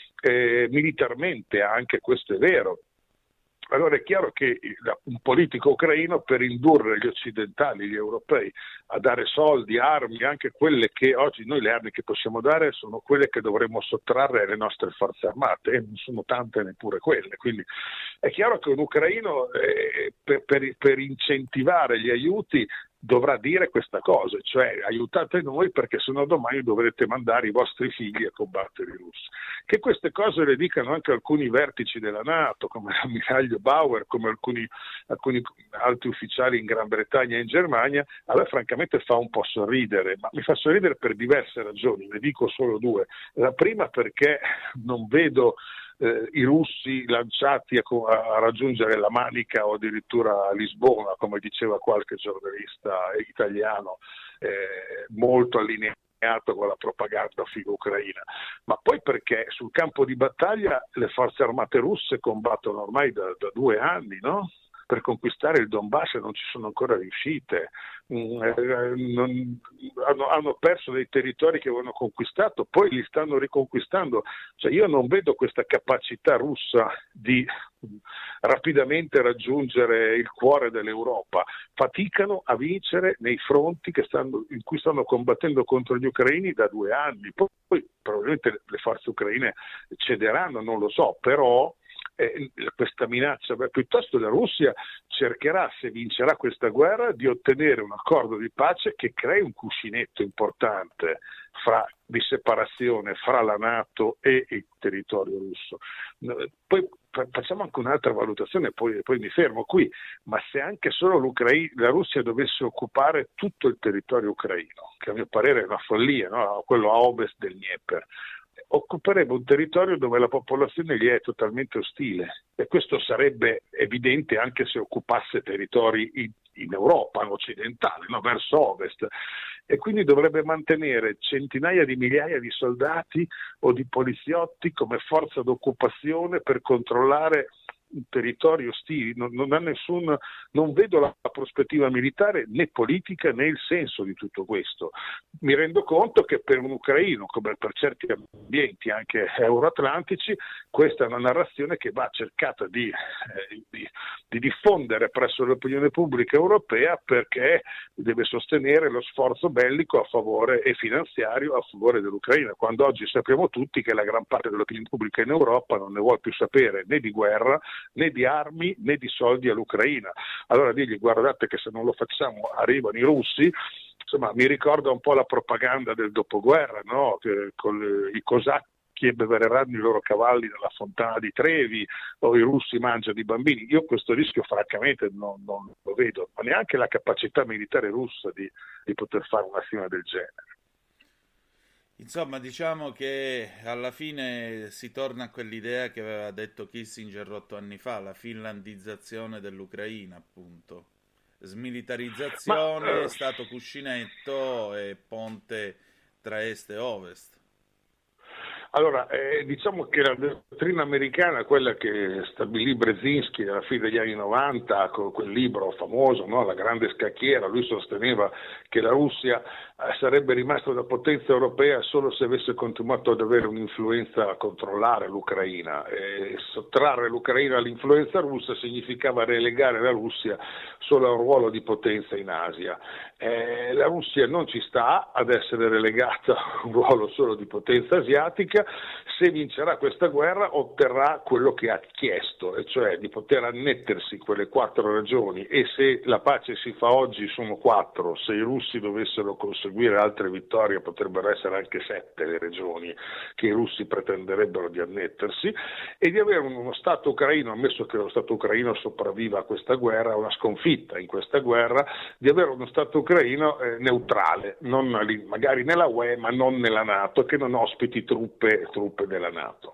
eh, militarmente anche questo è vero. Allora è chiaro che un politico ucraino, per indurre gli occidentali, gli europei, a dare soldi, armi, anche quelle che oggi noi le armi che possiamo dare sono quelle che dovremmo sottrarre alle nostre forze armate, e non sono tante neppure quelle. Quindi è chiaro che un ucraino eh, per, per, per incentivare gli aiuti dovrà dire questa cosa, cioè aiutate noi perché sennò domani dovrete mandare i vostri figli a combattere i russi. Che queste cose le dicano anche alcuni vertici della NATO, come l'ammiraglio Bauer, come alcuni, alcuni alti ufficiali in Gran Bretagna e in Germania, a me francamente fa un po' sorridere, ma mi fa sorridere per diverse ragioni, ne dico solo due. La prima perché non vedo Eh, i russi lanciati a, a raggiungere la Manica o addirittura a Lisbona, come diceva qualche giornalista italiano, eh, molto allineato con la propaganda figo-ucraina, ma poi perché sul campo di battaglia le forze armate russe combattono ormai da, da due anni, no? Per conquistare il Donbass non ci sono ancora riuscite, mm, eh, non, hanno, hanno perso dei territori che avevano conquistato, poi li stanno riconquistando. Cioè io non vedo questa capacità russa di mm, rapidamente raggiungere il cuore dell'Europa. Faticano a vincere nei fronti che stanno, in cui stanno combattendo contro gli ucraini da due anni. Poi, poi probabilmente le forze ucraine cederanno, non lo so, però Eh, questa minaccia, beh, piuttosto la Russia cercherà, se vincerà questa guerra, di ottenere un accordo di pace che crei un cuscinetto importante fra, di separazione fra la NATO e il territorio russo. Poi facciamo anche un'altra valutazione, poi, poi mi fermo qui, ma se anche solo la Russia dovesse occupare tutto il territorio ucraino, che a mio parere è una follia, no? Quello a ovest del Dnieper, occuperebbe un territorio dove la popolazione gli è totalmente ostile, e questo sarebbe evidente anche se occupasse territori in, in Europa occidentale, no? Verso ovest, e quindi dovrebbe mantenere centinaia di migliaia di soldati o di poliziotti come forza d'occupazione per controllare territori ostili. Non, non ha nessun, non vedo la prospettiva militare né politica né il senso di tutto questo. Mi rendo conto che per un ucraino, come per certi ambienti anche euroatlantici, questa è una narrazione che va cercata di, eh, di, di diffondere presso l'opinione pubblica europea, perché deve sostenere lo sforzo bellico a favore e finanziario a favore dell'Ucraina, quando oggi sappiamo tutti che la gran parte dell'opinione pubblica in Europa non ne vuole più sapere né di guerra, né di armi, né di soldi all'Ucraina. Allora digli: guardate che se non lo facciamo arrivano i russi. Insomma, mi ricorda un po' la propaganda del dopoguerra, no? Che con i cosacchi che beveranno i loro cavalli nella fontana di Trevi, o i russi mangiano i bambini. Io questo rischio francamente non, non lo vedo, ma neanche la capacità militare russa di, di poter fare un'azione del genere. Insomma, diciamo che alla fine si torna a quell'idea che aveva detto Kissinger otto anni fa, la finlandizzazione dell'Ucraina, appunto. Smilitarizzazione, Ma... stato cuscinetto e ponte tra est e ovest. Allora, eh, diciamo che la dottrina americana, quella che stabilì Brzezinski alla fine degli anni novanta, con quel libro famoso, no? La grande scacchiera, lui sosteneva che la Russia eh, sarebbe rimasta una potenza europea solo se avesse continuato ad avere un'influenza a controllare l'Ucraina. E sottrarre l'Ucraina all'influenza russa significava relegare la Russia solo a un ruolo di potenza in Asia. Eh, la Russia non ci sta ad essere relegata a un ruolo solo di potenza asiatica. Se vincerà questa guerra otterrà quello che ha chiesto, e cioè di poter annettersi quelle quattro regioni, e se la pace si fa oggi sono quattro, se i russi dovessero conseguire altre vittorie potrebbero essere anche sette le regioni che i russi pretenderebbero di annettersi, e di avere uno Stato ucraino, ammesso che lo Stato ucraino sopravviva a questa guerra, una sconfitta in questa guerra, di avere uno Stato ucraino eh, neutrale, non magari nella U E ma non nella NATO, che non ospiti truppe truppe della NATO.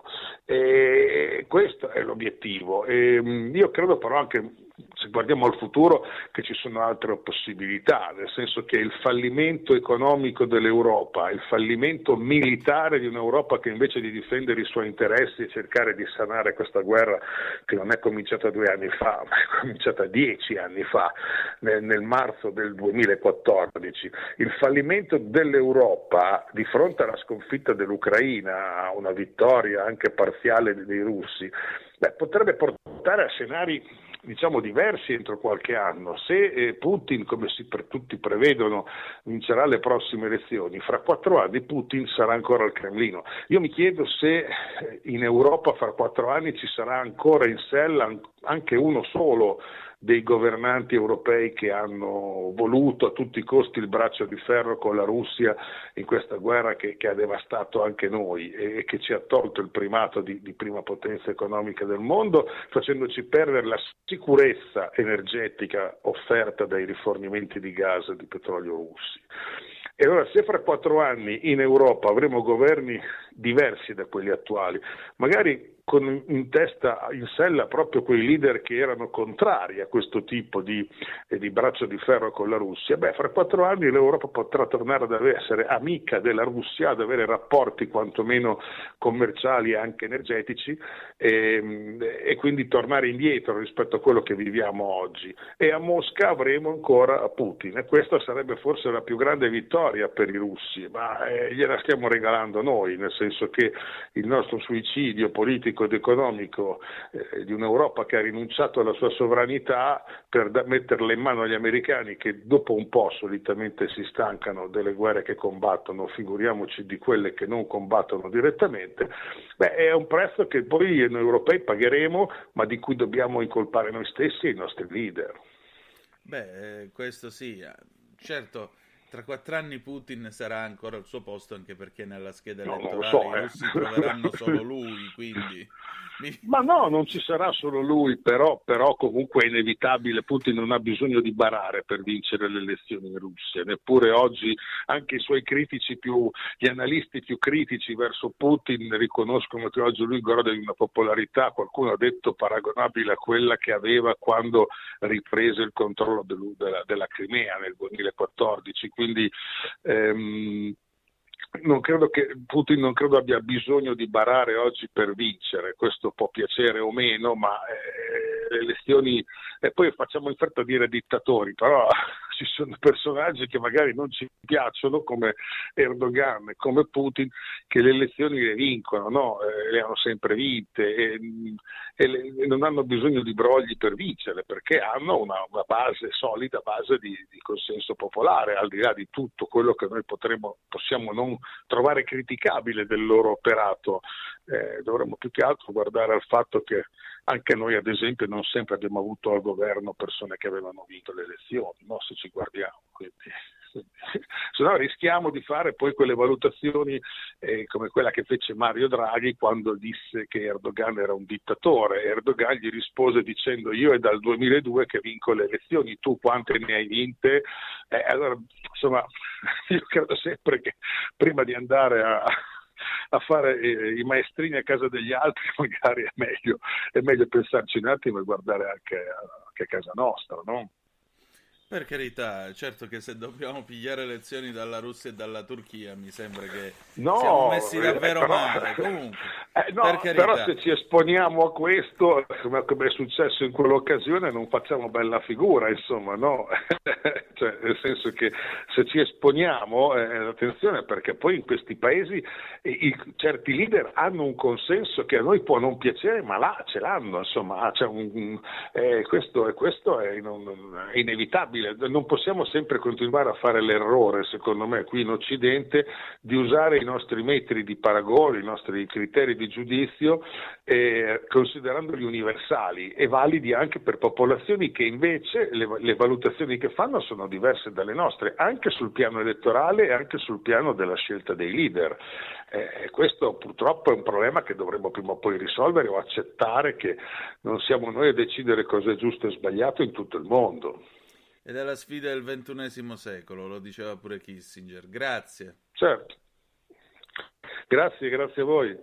E questo è l'obiettivo. E io credo però anche, se guardiamo al futuro, che ci sono altre possibilità, nel senso che il fallimento economico dell'Europa, il fallimento militare di un'Europa che invece di difendere i suoi interessi e cercare di sanare questa guerra, che non è cominciata due anni fa, ma è cominciata dieci anni fa, nel, nel marzo del duemilaquattordici, il fallimento dell'Europa di fronte alla sconfitta dell'Ucraina, una vittoria anche parziale dei russi, beh, potrebbe portare a scenari diciamo diversi entro qualche anno. Se eh, Putin, come si per tutti prevedono, vincerà le prossime elezioni, fra quattro anni Putin sarà ancora al Cremlino. Io mi chiedo se eh, in Europa fra quattro anni ci sarà ancora in sella anche uno solo dei governanti europei che hanno voluto a tutti i costi il braccio di ferro con la Russia in questa guerra che, che ha devastato anche noi e che ci ha tolto il primato di, di prima potenza economica del mondo, facendoci perdere la sicurezza energetica offerta dai rifornimenti di gas e di petrolio russi. E allora, se fra quattro anni in Europa avremo governi diversi da quelli attuali, magari con in testa, in sella, proprio quei leader che erano contrari a questo tipo di, eh, di braccio di ferro con la Russia, beh, fra quattro anni l'Europa potrà tornare ad essere amica della Russia, ad avere rapporti quantomeno commerciali e anche energetici, e, e quindi tornare indietro rispetto a quello che viviamo oggi. E a Mosca avremo ancora Putin, e questa sarebbe forse la più grande vittoria per i russi, ma eh, gliela stiamo regalando noi, nel senso che il nostro suicidio politico ed economico eh, di un'Europa che ha rinunciato alla sua sovranità per da- metterla in mano agli americani, che dopo un po' solitamente si stancano delle guerre che combattono, figuriamoci di quelle che non combattono direttamente, beh, è un prezzo che poi noi europei pagheremo, ma di cui dobbiamo incolpare noi stessi e i nostri leader. Beh, questo sì, certo. tra quattro anni Putin sarà ancora al suo posto, anche perché nella scheda No, non lo elettorale so, i eh. russi troveranno solo lui, quindi... Ma no, non ci sarà solo lui, però, però comunque è inevitabile. Putin non ha bisogno di barare per vincere le elezioni in Russia, neppure oggi anche i suoi critici più, gli analisti più critici verso Putin riconoscono che oggi lui gode di una popolarità, qualcuno ha detto paragonabile a quella che aveva quando riprese il controllo del, della, della Crimea nel duemilaquattordici, quindi ehm, non credo che Putin non credo abbia bisogno di barare oggi per vincere, questo può piacere o meno, ma eh, le elezioni, e poi facciamo in fretta a dire dittatori, però ci sono personaggi che magari non ci piacciono come Erdogan e come Putin, che le elezioni le vincono, no? Eh, le hanno sempre vinte e, e, le, e non hanno bisogno di brogli per vincere, perché hanno una, una base solida, base di, di consenso popolare, al di là di tutto quello che noi potremo, possiamo non trovare criticabile del loro operato. Eh, dovremmo più che altro guardare al fatto che anche noi, ad esempio, non sempre abbiamo avuto al governo persone che avevano vinto le elezioni, no? Se ci guardiamo, quindi, se no rischiamo di fare poi quelle valutazioni eh, come quella che fece Mario Draghi quando disse che Erdogan era un dittatore. Erdogan gli rispose dicendo: io è dal duemiladue che vinco le elezioni, tu quante ne hai vinte? Eh, allora, insomma, io credo sempre che prima di andare a a fare eh, i maestrini a casa degli altri magari è meglio, è meglio pensarci un attimo e guardare anche, anche a casa nostra, no? Per carità, certo che se dobbiamo pigliare lezioni dalla Russia e dalla Turchia mi sembra che no, siamo messi davvero eh, però, male. Comunque, eh, no, per carità. Però se ci esponiamo a questo, come, come è successo in quell'occasione, non facciamo bella figura, insomma, no? Cioè, nel senso che se ci esponiamo, eh, attenzione, perché poi in questi paesi i, i, certi leader hanno un consenso che a noi può non piacere, ma là ce l'hanno, insomma, c'è un, eh, questo, questo è, non, è inevitabile. Non possiamo sempre continuare a fare l'errore, secondo me, qui in Occidente, di usare i nostri metri di paragone, i nostri criteri di giudizio, eh, considerandoli universali e validi anche per popolazioni che invece le, le valutazioni che fanno sono diverse dalle nostre, anche sul piano elettorale e anche sul piano della scelta dei leader. Eh, questo purtroppo è un problema che dovremo prima o poi risolvere o accettare che non siamo noi a decidere cosa è giusto e sbagliato in tutto il mondo. Ed è la sfida del ventunesimo secolo, lo diceva pure Kissinger. Grazie. Certo. Grazie, grazie a voi.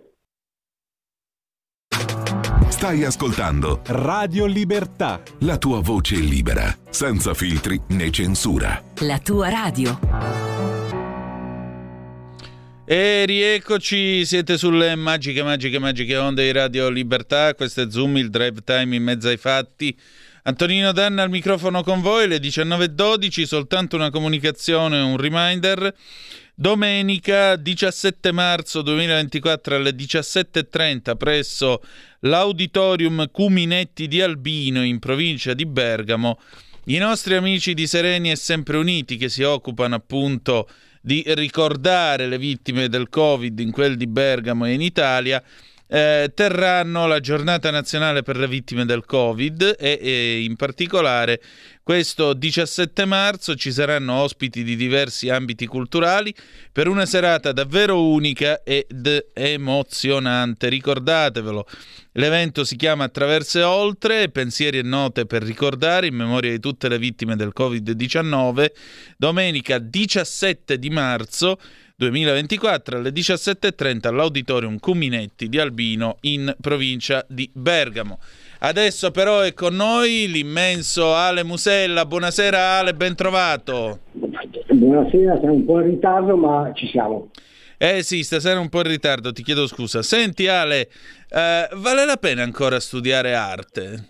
Stai ascoltando Radio Libertà, la tua voce libera, senza filtri né censura. La tua radio. E rieccoci, siete sulle magiche, magiche, magiche onde di Radio Libertà. Questo è Zoom, il drive time in mezzo ai fatti. Antonino Danna al microfono con voi, le diciannove e dodici, soltanto una comunicazione, un reminder. Domenica diciassette marzo duemilaventiquattro alle diciassette e trenta presso l'Auditorium Cuminetti di Albino in provincia di Bergamo, i nostri amici di Sereni e Sempre Uniti, che si occupano appunto di ricordare le vittime del Covid in quel di Bergamo e in Italia, Eh, terranno la giornata nazionale per le vittime del Covid e, e in particolare questo diciassette marzo ci saranno ospiti di diversi ambiti culturali per una serata davvero unica ed emozionante. Ricordatevelo, l'evento si chiama Attraverso e Oltre, pensieri e note per ricordare in memoria di tutte le vittime del covid diciannove, domenica diciassette di marzo duemilaventiquattro alle diciassette e trenta all'Auditorium Cuminetti di Albino in provincia di Bergamo. Adesso però è con noi l'immenso Ale Musella. Buonasera Ale, ben trovato. Buonasera, siamo un po' in ritardo ma ci siamo. Eh sì, stasera un po' in ritardo, ti chiedo scusa. Senti Ale, eh, vale la pena ancora studiare arte?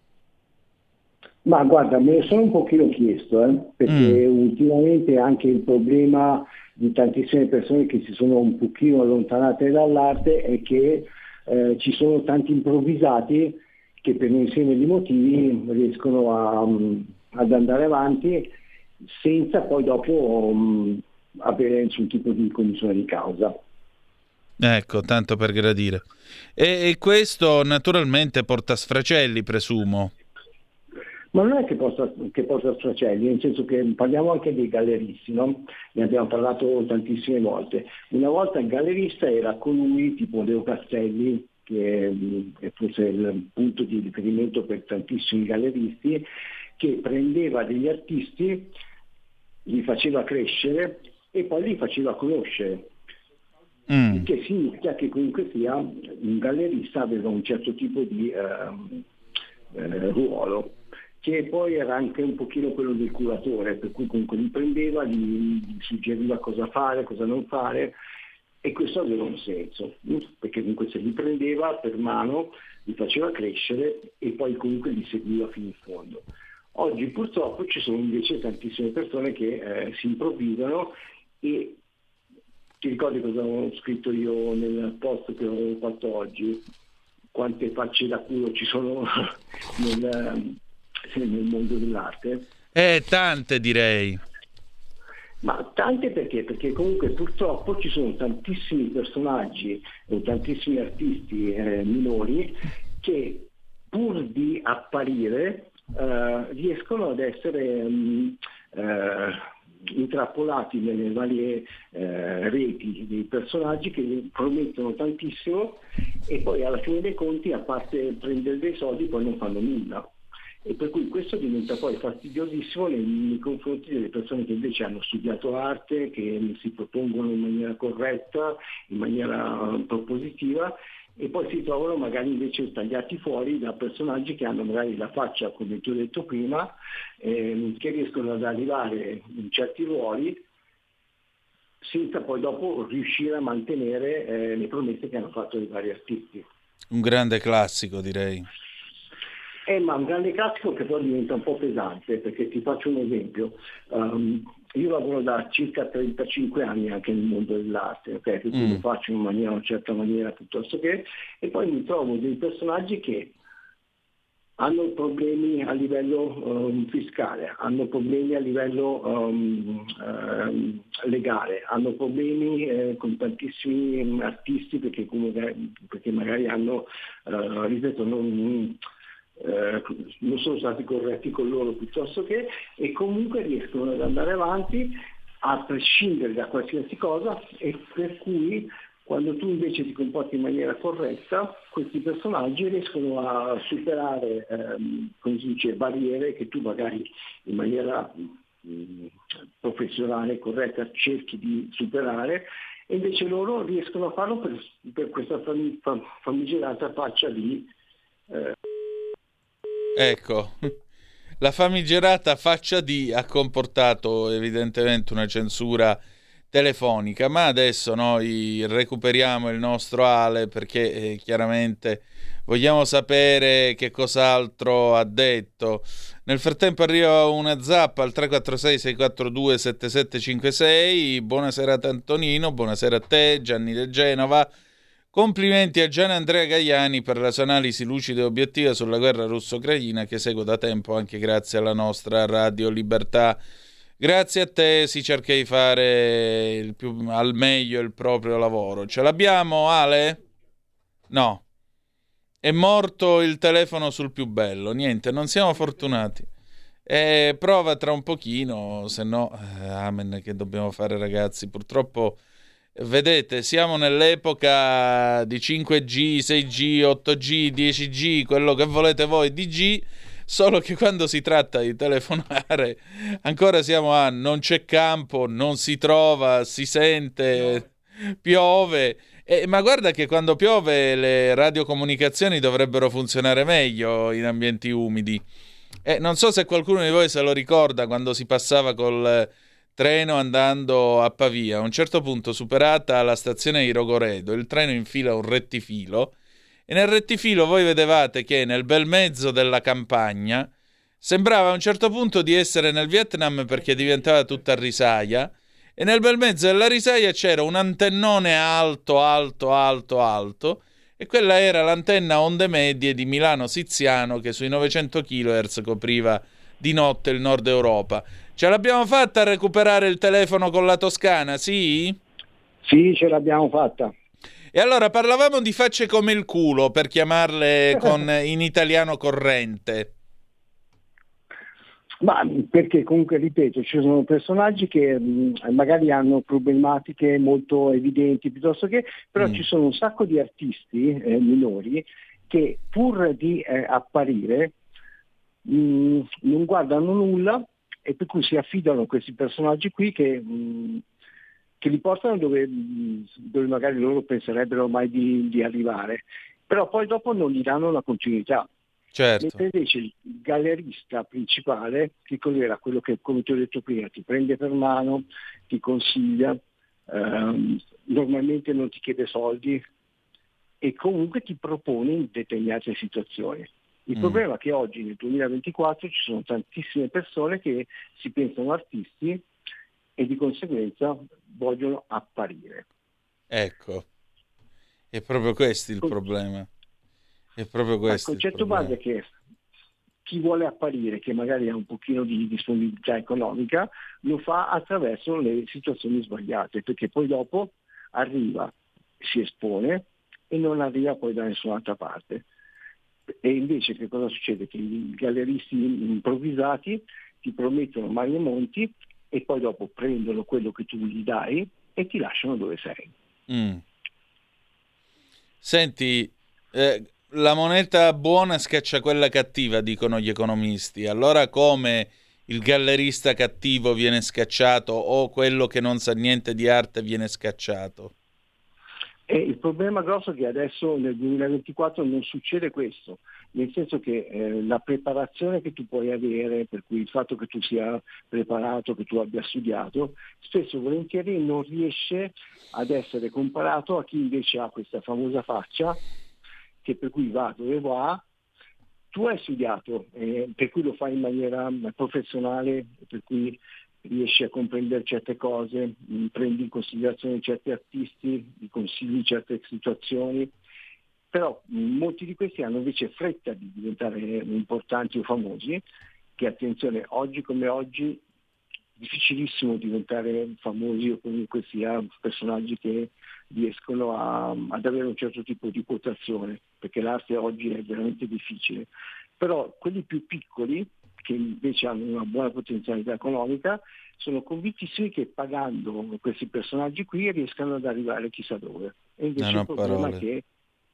Ma guarda, me ne sono un pochino chiesto, eh, perché mm. ultimamente anche il problema di tantissime persone che si sono un pochino allontanate dall'arte è che eh, ci sono tanti improvvisati che per un insieme di motivi riescono a, um, ad andare avanti senza poi dopo um, avere nessun tipo di cognizione di causa. Ecco, tanto per gradire. E, e questo naturalmente porta sfracelli, presumo. Ma non è che possa, che possa stracelli, nel senso che parliamo anche dei galleristi, no? Ne abbiamo parlato tantissime volte. Una volta il gallerista era colui tipo Leo Castelli, che è forse il punto di riferimento per tantissimi galleristi, che prendeva degli artisti, li faceva crescere e poi li faceva conoscere. Mm. Che significa che comunque sia un gallerista aveva un certo tipo di eh, eh, ruolo, che poi era anche un pochino quello del curatore, per cui comunque li prendeva, gli, gli suggeriva cosa fare, cosa non fare, e questo aveva un senso, perché comunque se li prendeva per mano, li faceva crescere e poi comunque li seguiva fino in fondo. Oggi purtroppo ci sono invece tantissime persone che eh, si improvvisano, e ti ricordi cosa ho scritto io nel post che ho fatto oggi? Quante facce da culo ci sono nel... nel mondo dell'arte? Eh, tante direi. Ma tante perché? Perché comunque purtroppo ci sono tantissimi personaggi e tantissimi artisti eh, minori che pur di apparire eh, riescono ad essere um, eh, intrappolati nelle varie eh, reti dei personaggi che promettono tantissimo e poi alla fine dei conti, a parte prendere dei soldi, poi non fanno nulla. E per cui questo diventa poi fastidiosissimo nei, nei confronti delle persone che invece hanno studiato arte, che si propongono in maniera corretta, in maniera propositiva, e poi si trovano magari invece tagliati fuori da personaggi che hanno magari la faccia, come ti ho detto prima, ehm, che riescono ad arrivare in certi ruoli senza poi dopo riuscire a mantenere eh, le promesse che hanno fatto i vari artisti. Un grande classico, direi. Eh, ma un grande classico che poi diventa un po' pesante, perché ti faccio un esempio. Um, io lavoro da circa trentacinque anni anche nel mondo dell'arte, ok? Quindi mm. lo faccio in maniera, una certa maniera piuttosto che, e poi mi trovo dei personaggi che hanno problemi a livello um, fiscale, hanno problemi a livello um, um, legale, hanno problemi eh, con tantissimi artisti perché, comunque, perché magari hanno, uh, ripeto, non... Eh, non sono stati corretti con loro piuttosto che, e comunque riescono ad andare avanti a prescindere da qualsiasi cosa, e per cui quando tu invece ti comporti in maniera corretta, questi personaggi riescono a superare ehm, come si dice, barriere che tu magari in maniera mh, professionale corretta cerchi di superare, e invece loro riescono a farlo per, per questa fam- fam- famigerata faccia di eh, Ecco, la famigerata faccia D ha comportato evidentemente una censura telefonica, ma adesso noi recuperiamo il nostro Ale perché eh, chiaramente vogliamo sapere che cos'altro ha detto. Nel frattempo arriva una zappa al tre quattro sei sei quattro due sette sette cinque sei. Buonasera a Antonino, buonasera a te, Gianni De Genova. Complimenti a Gian Andrea Gaiani per la sua analisi lucida e obiettiva sulla guerra russo-ucraina che seguo da tempo anche grazie alla nostra Radio Libertà. Grazie a te, si cerca di fare il più, al meglio il proprio lavoro. Ce l'abbiamo, Ale? No. È morto il telefono sul più bello. Niente, non siamo fortunati. E prova tra un pochino, se no, eh, amen che dobbiamo fare, ragazzi. Purtroppo... Vedete, siamo nell'epoca di cinque G, sei G, otto G, dieci G, quello che volete voi di G, solo che quando si tratta di telefonare ancora siamo a non c'è campo, non si trova, si sente, no. Piove. Eh, ma guarda che quando piove le radiocomunicazioni dovrebbero funzionare meglio in ambienti umidi. Eh, non so se qualcuno di voi se lo ricorda quando si passava col... treno andando a Pavia, a un certo punto superata la stazione di Rogoredo il treno infila un rettifilo e nel rettifilo voi vedevate che nel bel mezzo della campagna sembrava a un certo punto di essere nel Vietnam perché diventava tutta risaia, e nel bel mezzo della risaia c'era un antennone alto alto alto alto, e quella era l'antenna onde medie di Milano Siziano che sui novecento chilohertz copriva di notte il nord Europa. Ce l'abbiamo fatta a recuperare il telefono con la Toscana, sì? Sì, ce l'abbiamo fatta. E allora parlavamo di facce come il culo, per chiamarle con in italiano corrente. Ma perché comunque, ripeto, ci sono personaggi che mh, magari hanno problematiche molto evidenti, piuttosto che, però Mm. ci sono un sacco di artisti eh, minori che pur di eh, apparire mh, non guardano nulla e per cui si affidano a questi personaggi qui che, mh, che li portano dove, mh, dove magari loro penserebbero mai di, di arrivare, però poi dopo non gli danno una continuità. Certo. Mentre invece il gallerista principale, che era quello che, come ti ho detto prima, ti prende per mano, ti consiglia, ehm, normalmente non ti chiede soldi e comunque ti propone in determinate situazioni. Il Mm. problema è che oggi nel duemilaventiquattro ci sono tantissime persone che si pensano artisti e di conseguenza vogliono apparire. Ecco, è proprio questo il problema. È proprio Ma il questo il concetto problema. base è che chi vuole apparire, che magari ha un pochino di disponibilità economica, lo fa attraverso le situazioni sbagliate, perché poi dopo arriva, si espone e non arriva poi da nessun'altra parte. E invece che cosa succede? Che i galleristi improvvisati ti promettono mari e monti e poi dopo prendono quello che tu gli dai e ti lasciano dove sei. Mm. Senti, eh, la moneta buona scaccia quella cattiva, dicono gli economisti. Allora come il gallerista cattivo viene scacciato o quello che non sa niente di arte viene scacciato? E il problema grosso è che adesso nel duemilaventiquattro non succede questo, nel senso che eh, la preparazione che tu puoi avere, per cui il fatto che tu sia preparato, che tu abbia studiato, spesso e volentieri non riesce ad essere comparato a chi invece ha questa famosa faccia, che per cui va dove va. Tu hai studiato, eh, per cui lo fai in maniera professionale, per cui riesci a comprendere certe cose, mh, prendi in considerazione certi artisti, gli consigli certe situazioni, però mh, molti di questi hanno invece fretta di diventare importanti o famosi, che attenzione, oggi come oggi difficilissimo diventare famosi o comunque sia personaggi che riescono a, ad avere un certo tipo di quotazione, perché l'arte oggi è veramente difficile. Però quelli più piccoli, che invece hanno una buona potenzialità economica, sono convintissimi che pagando questi personaggi qui riescano ad arrivare chissà dove. E invece Non ho il problema parole. è che,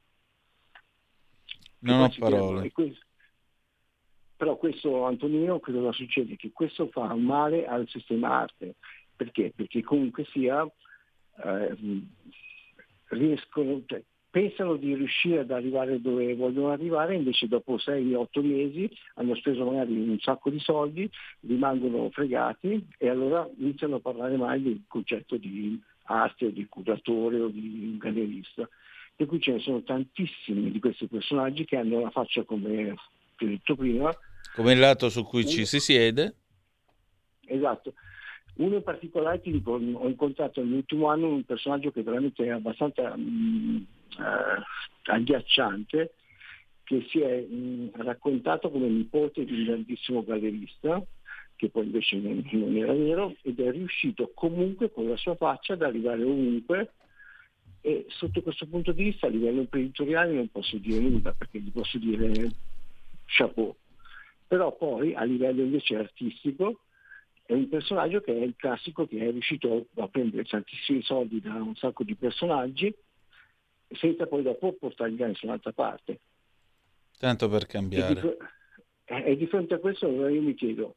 Non che ho poi si perdono. parole. E questo- però questo, Antonino, cosa succede? Che questo fa male al sistema arte. Perché? Perché comunque sia eh, riescono, cioè, pensano di riuscire ad arrivare dove vogliono arrivare, invece dopo sei otto mesi hanno speso magari un sacco di soldi, rimangono fregati e allora iniziano a parlare mai del concetto di arte o di curatore o di gallerista. Per cui ce ne sono tantissimi di questi personaggi che hanno la faccia, come ti ho detto prima. Come il lato su cui ci si siede. Esatto. Uno in particolare, ti dico, ho incontrato nell'ultimo anno un personaggio che veramente è abbastanza mh, eh, agghiacciante, che si è mh, raccontato come nipote di un grandissimo gallerista, che poi invece non, non era vero, ed è riuscito comunque con la sua faccia ad arrivare ovunque. E sotto questo punto di vista a livello imprenditoriale non posso dire nulla, perché gli posso dire chapeau. Però poi a livello invece artistico è un personaggio che è il classico che è riuscito a prendere tantissimi soldi da un sacco di personaggi senza poi dopo portarli da nessun'altra parte. Tanto per E di, cambiare. fr- e di fronte a questo allora io mi chiedo,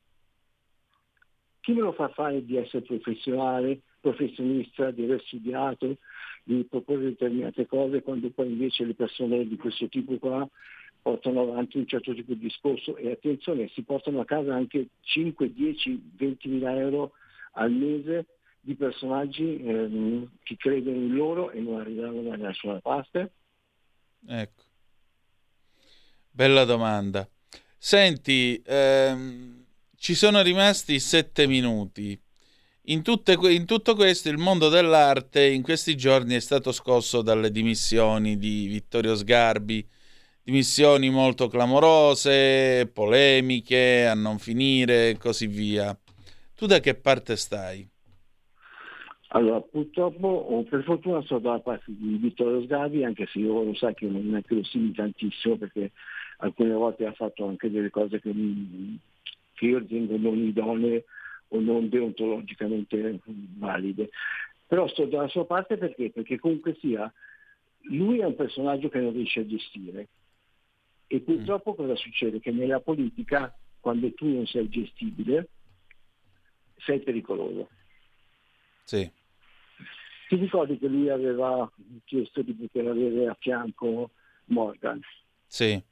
chi me lo fa fare di essere professionale, professionista, di aver studiato, di proporre determinate cose, quando poi invece le persone di questo tipo qua portano avanti un certo tipo di discorso e attenzione, si portano a casa anche cinque, dieci, venti mila euro al mese di personaggi ehm, che credono in loro e non arrivano da nessuna parte? Ecco. Bella domanda. Senti, ehm, ci sono rimasti sette minuti. In, tutte, que- in tutto questo il mondo dell'arte in questi giorni è stato scosso dalle dimissioni di Vittorio Sgarbi, dimissioni molto clamorose, polemiche, a non finire e così via. Tu da che parte stai? Allora, purtroppo o per fortuna sono dalla parte di Vittorio Sgarbi, anche se io lo sai che non è che lo stimi tantissimo, perché alcune volte ha fatto anche delle cose che mi, che io ritengo non idonee o non deontologicamente valide. Però sto dalla sua parte perché? Perché comunque sia, lui è un personaggio che non riesce a gestire. E purtroppo cosa succede? Che nella politica, quando tu non sei gestibile, sei pericoloso. Sì. Ti ricordi che lui aveva chiesto di poter avere a fianco Morgan? Sì.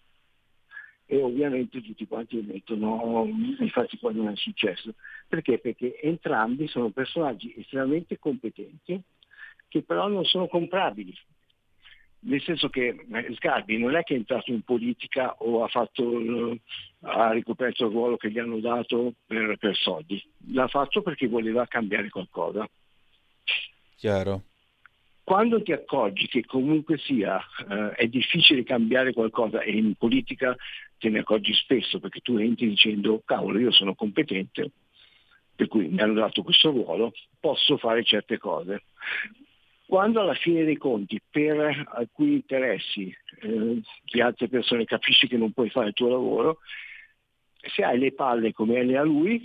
E ovviamente tutti quanti mettono, infatti poi non è successo. Perché? Perché entrambi sono personaggi estremamente competenti che però non sono comprabili. Nel senso che Sgarbi non è che è entrato in politica o ha fatto ha ricoperto il ruolo che gli hanno dato per, per soldi. L'ha fatto perché voleva cambiare qualcosa. Chiaro. Quando ti accorgi che comunque sia eh, è difficile cambiare qualcosa, e in politica te ne accorgi spesso perché tu entri dicendo cavolo, io sono competente, per cui mi hanno dato questo ruolo, posso fare certe cose. Quando alla fine dei conti per alcuni interessi eh, di altre persone capisci che non puoi fare il tuo lavoro, se hai le palle come le ha lui,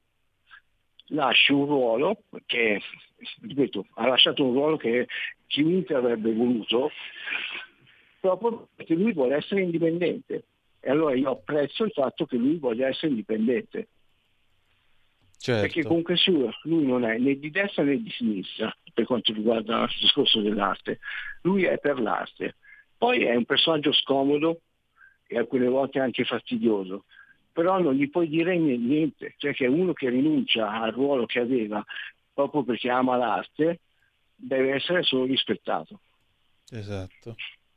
lasci un ruolo che, ripeto, ha lasciato un ruolo che chiunque avrebbe voluto, proprio perché lui vuole essere indipendente. E allora io apprezzo il fatto che lui voglia essere indipendente. Certo. Perché comunque sì, lui non è né di destra né di sinistra per quanto riguarda il discorso dell'arte. Lui è per l'arte. Poi è un personaggio scomodo e alcune volte anche fastidioso, però non gli puoi dire niente, cioè che uno che rinuncia al ruolo che aveva proprio perché ama l'arte deve essere solo rispettato. Esatto,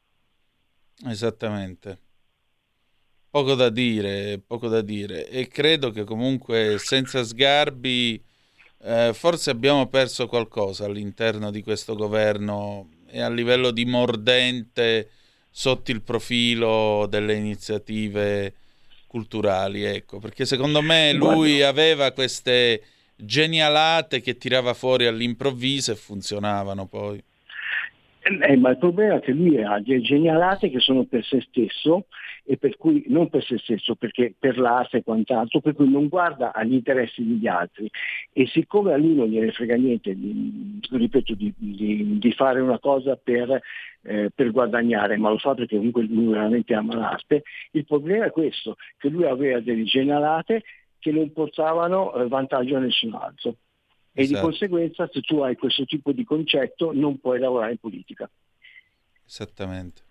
esattamente. Poco da dire, poco da dire. E credo che comunque senza Sgarbi eh, forse abbiamo perso qualcosa all'interno di questo governo e a livello di mordente sotto il profilo delle iniziative culturali, ecco, perché secondo me lui aveva queste genialate che tirava fuori all'improvviso e funzionavano poi. Eh, ma il problema è che lui ha delle genialate che sono per se stesso, e per cui non per se stesso, perché per l'arte e quant'altro, per cui non guarda agli interessi degli altri, e siccome a lui non gliene frega niente di, ripeto, di, di, di fare una cosa per, eh, per guadagnare, ma lo fa perché comunque lui veramente ama l'arte, il problema è questo, che lui aveva delle genialate che non portavano eh, vantaggio a nessun altro. E esatto. Di conseguenza, se tu hai questo tipo di concetto, non puoi lavorare in politica. Esattamente.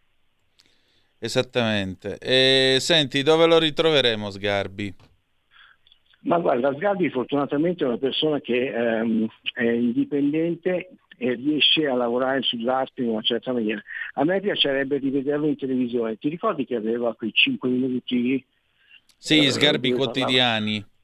Esattamente. E senti, dove lo ritroveremo Sgarbi? Ma guarda, Sgarbi fortunatamente è una persona che ehm, è indipendente e riesce a lavorare sull'arte in una certa maniera. A me piacerebbe rivederlo in televisione. Ti ricordi che aveva quei cinque minuti? Sì, eh, Sgarbi quotidiani. Parlava?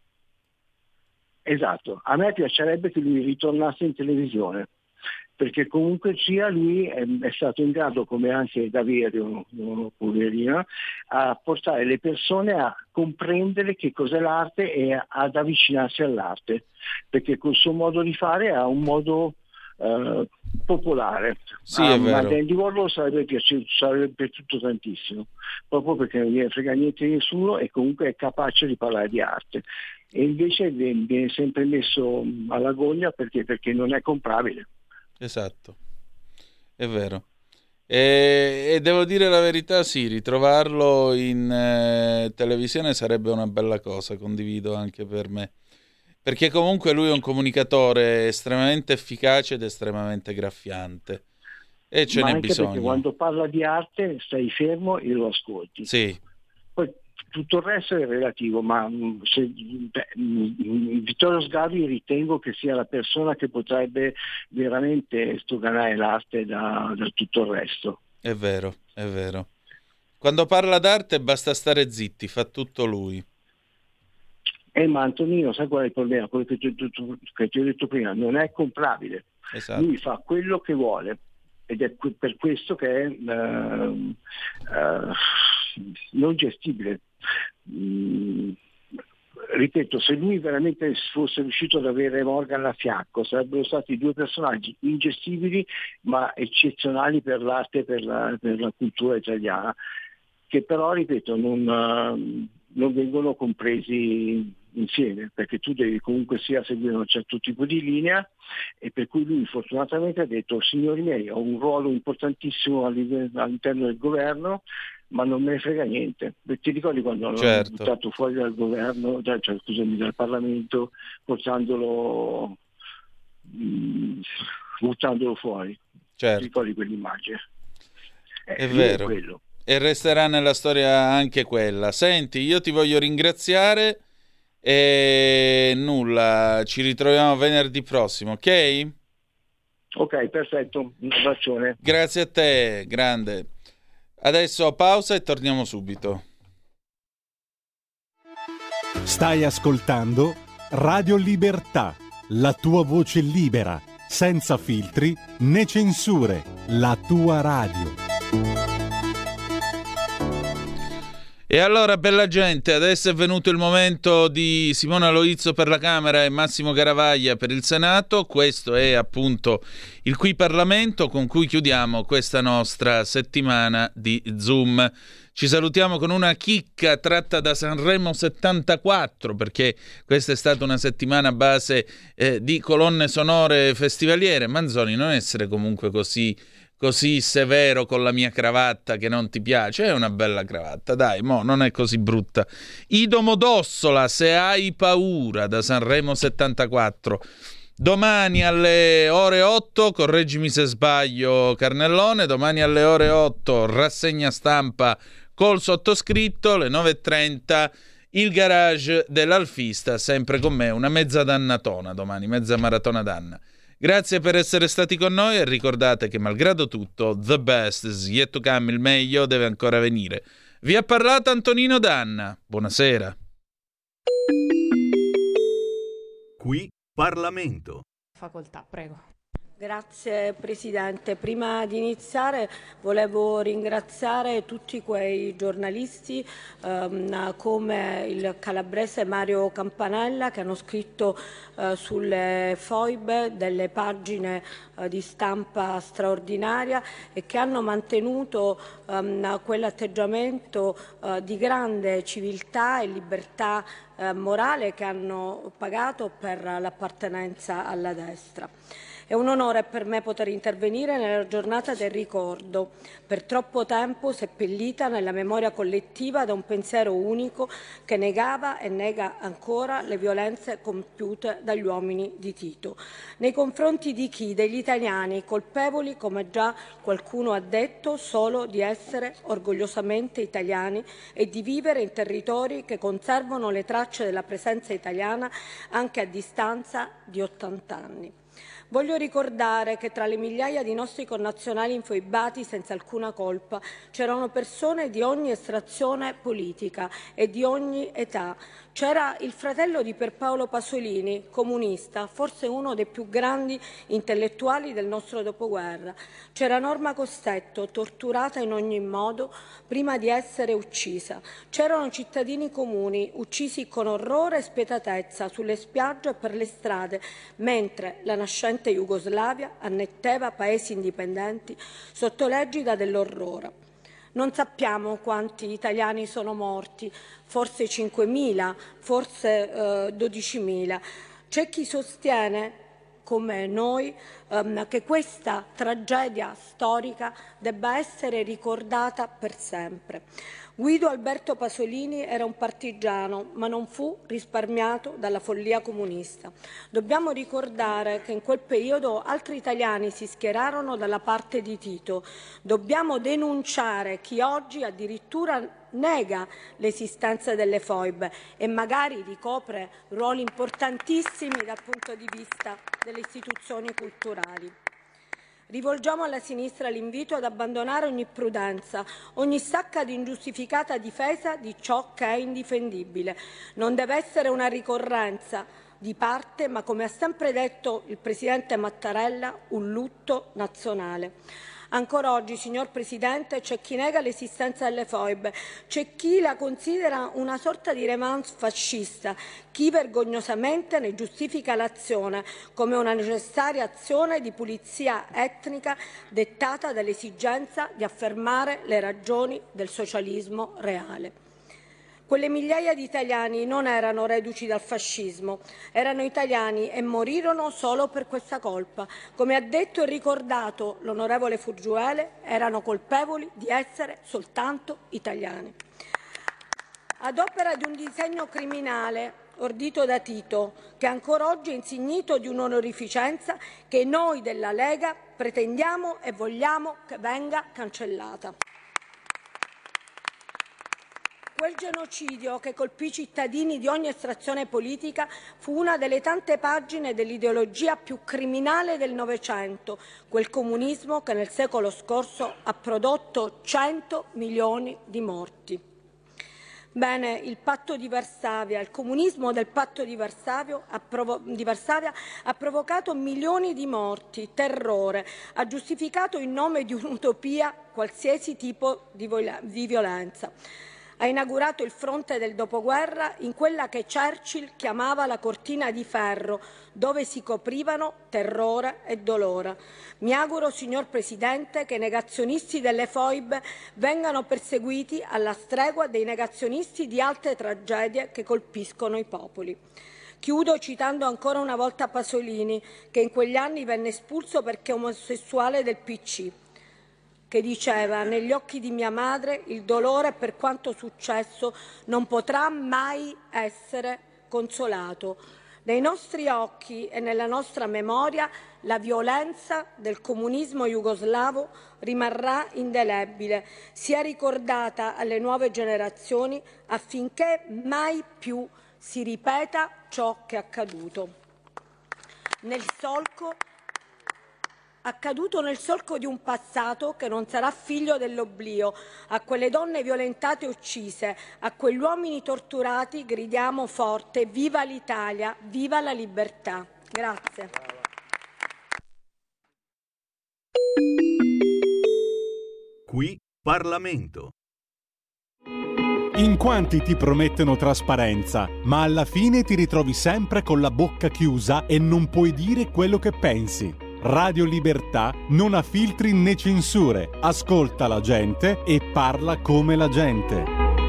Esatto, a me piacerebbe che lui ritornasse in televisione, perché comunque sia lui è, è stato in grado, come anche Daverio, poverino, a portare le persone a comprendere che cos'è l'arte e ad avvicinarsi all'arte, perché col suo modo di fare ha un modo eh, popolare. Sì, a, è vero. a Dandy Warhol sarebbe piaciuto, sarebbe piaciuto tantissimo, proprio perché non gliene frega niente di nessuno e comunque è capace di parlare di arte. E invece viene sempre messo alla gogna perché, perché non è comprabile. Esatto, è vero. E, e devo dire la verità, sì, ritrovarlo in eh, televisione sarebbe una bella cosa, condivido anche per me. Perché comunque lui è un comunicatore estremamente efficace ed estremamente graffiante. E ce Ma n'è anche bisogno. Perché quando parla di arte stai fermo e lo ascolti. Sì. Poi tutto il resto è relativo, ma se, beh, Vittorio Sgarbi ritengo che sia la persona che potrebbe veramente sdoganare l'arte da, da tutto il resto. È vero, è vero. Quando parla d'arte basta stare zitti, fa tutto lui. Eh, ma Antonino, sai qual è il problema? Quello che ti, che ti ho detto prima, non è comprabile. Esatto. Lui fa quello che vuole ed è per questo che è uh, uh, non gestibile. Mm, ripeto, se lui veramente fosse riuscito ad avere Morgan a fianco, sarebbero stati due personaggi ingestibili ma eccezionali per l'arte e per la, per la cultura italiana, che però, ripeto, non, non vengono compresi insieme, perché tu devi comunque sia seguire un certo tipo di linea, e per cui lui fortunatamente ha detto: signori miei, ho un ruolo importantissimo all'interno del governo, ma non me ne frega niente. Ti ricordi quando certo. l'hanno buttato fuori dal governo, cioè, scusami, dal Parlamento, portandolo mh, buttandolo fuori? Certo. Ti ricordi quell'immagine? Eh, è vero, quello. E resterà nella storia anche quella. Senti, io ti voglio ringraziare e nulla, ci ritroviamo venerdì prossimo, ok? Ok, perfetto, un abbraccione. Grazie a te, grande. Adesso pausa e torniamo subito. Stai ascoltando Radio Libertà, la tua voce libera, senza filtri né censure, la tua radio. E allora, bella gente, adesso è venuto il momento di Simona Loizzo per la Camera e Massimo Garavaglia per il Senato. Questo è appunto il Qui Parlamento, con cui chiudiamo questa nostra settimana di Zoom. Ci salutiamo con una chicca tratta da Sanremo settantaquattro, perché questa è stata una settimana a base eh, di colonne sonore festivaliere. Manzoni, non essere comunque così... così severo con la mia cravatta che non ti piace. È una bella cravatta, dai, mo, non è così brutta. Ido Modossola, Se hai paura, da Sanremo settantaquattro. Domani alle ore otto, correggimi se sbaglio Carnellone, domani alle ore otto rassegna stampa col sottoscritto, alle nove e trenta il garage dell'Alfista, sempre con me, una mezza dannatona domani, mezza maratona danna. Grazie per essere stati con noi e ricordate che malgrado tutto, the best is yet to come, il meglio deve ancora venire. Vi ha parlato Antonino Danna. Buonasera. Qui Parlamento. Facoltà, prego. Grazie Presidente. Prima di iniziare volevo ringraziare tutti quei giornalisti ehm, come il calabrese Mario Campanella, che hanno scritto eh, sulle foibe delle pagine eh, di stampa straordinaria e che hanno mantenuto ehm, quell'atteggiamento eh, di grande civiltà e libertà eh, morale che hanno pagato per l'appartenenza alla destra. È un onore per me poter intervenire nella giornata del ricordo, per troppo tempo seppellita nella memoria collettiva da un pensiero unico che negava e nega ancora le violenze compiute dagli uomini di Tito. Nei confronti di chi? Degli italiani, colpevoli, come già qualcuno ha detto, solo di essere orgogliosamente italiani e di vivere in territori che conservano le tracce della presenza italiana anche a distanza di ottanta anni. Voglio ricordare che tra le migliaia di nostri connazionali infoibati senza alcuna colpa c'erano persone di ogni estrazione politica e di ogni età. C'era il fratello di Pierpaolo Pasolini, comunista, forse uno dei più grandi intellettuali del nostro dopoguerra. C'era Norma Costetto, torturata in ogni modo prima di essere uccisa. C'erano cittadini comuni, uccisi con orrore e spietatezza sulle spiagge e per le strade, mentre la nascente Jugoslavia annetteva paesi indipendenti sotto l'egida dell'orrore. Non sappiamo quanti italiani sono morti, forse cinquemila, forse eh, dodicimila. C'è chi sostiene, come noi, ehm, che questa tragedia storica debba essere ricordata per sempre. Guido Alberto Pasolini era un partigiano, ma non fu risparmiato dalla follia comunista. Dobbiamo ricordare che in quel periodo altri italiani si schierarono dalla parte di Tito. Dobbiamo denunciare chi oggi addirittura nega l'esistenza delle foibe e magari ricopre ruoli importantissimi dal punto di vista delle istituzioni culturali. Rivolgiamo alla sinistra l'invito ad abbandonare ogni prudenza, ogni sacca di ingiustificata difesa di ciò che è indifendibile. Non deve essere una ricorrenza di parte, ma, come ha sempre detto il Presidente Mattarella, un lutto nazionale. Ancora oggi, signor Presidente, c'è chi nega l'esistenza delle foibe, c'è chi la considera una sorta di revanche fascista, chi vergognosamente ne giustifica l'azione come una necessaria azione di pulizia etnica dettata dall'esigenza di affermare le ragioni del socialismo reale. Quelle migliaia di italiani non erano reduci dal fascismo, erano italiani e morirono solo per questa colpa. Come ha detto e ricordato l'onorevole Furgiuele, erano colpevoli di essere soltanto italiani. Ad opera di un disegno criminale ordito da Tito, che ancora oggi è insignito di un'onorificenza che noi della Lega pretendiamo e vogliamo che venga cancellata. Quel genocidio che colpì i cittadini di ogni estrazione politica fu una delle tante pagine dell'ideologia più criminale del Novecento, quel comunismo che nel secolo scorso ha prodotto cento milioni di morti. Bene, il patto di Varsavia, il comunismo del patto di Varsavia ha, provo- di Varsavia ha provocato milioni di morti, terrore, ha giustificato in nome di un'utopia qualsiasi tipo di, viola- di violenza. Ha inaugurato il fronte del dopoguerra in quella che Churchill chiamava la cortina di ferro, dove si coprivano terrore e dolore. Mi auguro, signor Presidente, che i negazionisti delle foibe vengano perseguiti alla stregua dei negazionisti di altre tragedie che colpiscono i popoli. Chiudo citando ancora una volta Pasolini, che in quegli anni venne espulso perché omosessuale del P C, che diceva: negli occhi di mia madre il dolore per quanto successo non potrà mai essere consolato. Nei nostri occhi e nella nostra memoria la violenza del comunismo jugoslavo rimarrà indelebile. Sia ricordata alle nuove generazioni affinché mai più si ripeta ciò che è accaduto. Nel solco accaduto nel solco di un passato che non sarà figlio dell'oblio. A quelle donne violentate e uccise, a quegli uomini torturati gridiamo forte: viva l'Italia, viva la libertà. Grazie. Qui Parlamento. In quanti ti promettono trasparenza, ma alla fine ti ritrovi sempre con la bocca chiusa e non puoi dire quello che pensi. Radio Libertà non ha filtri né censure, ascolta la gente e parla come la gente.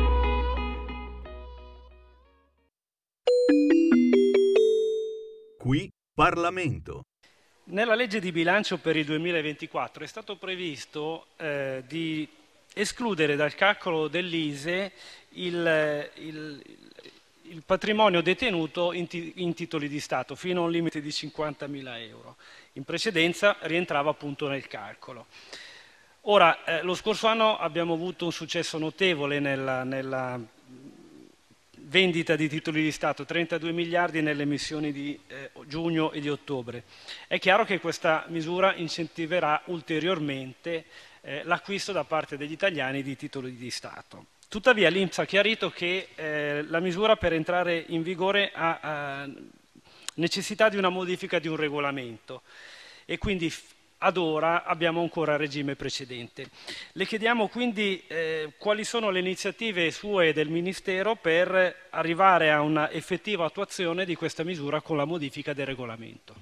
Qui Parlamento. Nella legge di bilancio per il duemilaventiquattro è stato previsto eh, di escludere dal calcolo dell'I S E E il, il, il patrimonio detenuto in, ti, in titoli di Stato fino a un limite di cinquantamila euro. In precedenza rientrava appunto nel calcolo. Ora, eh, lo scorso anno abbiamo avuto un successo notevole nella, nella vendita di titoli di Stato, trentadue miliardi nelle emissioni di eh, giugno e di ottobre. È chiaro che questa misura incentiverà ulteriormente eh, l'acquisto da parte degli italiani di titoli di Stato. Tuttavia l'I N P S ha chiarito che eh, la misura per entrare in vigore ha, ha necessità di una modifica di un regolamento e quindi ad ora abbiamo ancora il regime precedente. Le chiediamo quindi eh, quali sono le iniziative sue e del Ministero per arrivare a una effettiva attuazione di questa misura con la modifica del regolamento.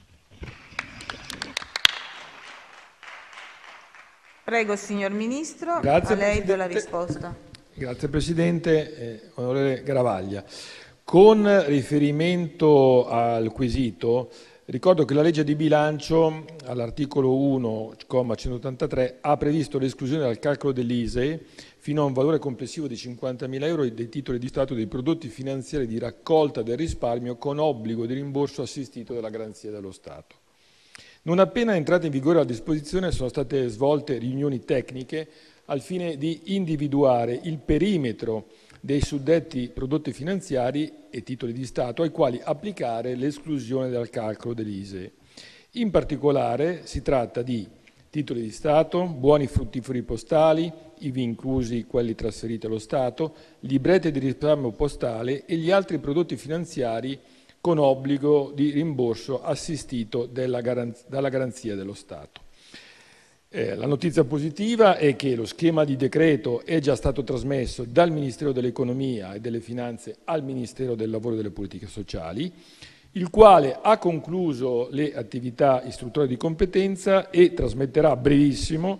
Prego, signor Ministro, Grazie, a lei Presidente. do la risposta. Grazie Presidente, eh, onorevole Garavaglia. Con riferimento al quesito, ricordo che la legge di bilancio all'articolo uno, comma centottantatré, ha previsto l'esclusione dal calcolo dell'I S E E fino a un valore complessivo di cinquantamila euro dei titoli di Stato dei prodotti finanziari di raccolta del risparmio con obbligo di rimborso assistito dalla garanzia dello Stato. Non appena entrata in vigore la disposizione sono state svolte riunioni tecniche al fine di individuare il perimetro dei suddetti prodotti finanziari e titoli di Stato ai quali applicare l'esclusione dal calcolo dell'I S E E. In particolare si tratta di titoli di Stato, buoni fruttiferi postali, ivi inclusi quelli trasferiti allo Stato, librette di risparmio postale e gli altri prodotti finanziari con obbligo di rimborso assistito della garanz- dalla garanzia dello Stato. Eh, la notizia positiva è che lo schema di decreto è già stato trasmesso dal Ministero dell'Economia e delle Finanze al Ministero del Lavoro e delle Politiche Sociali, il quale ha concluso le attività istruttorie di competenza e trasmetterà a brevissimo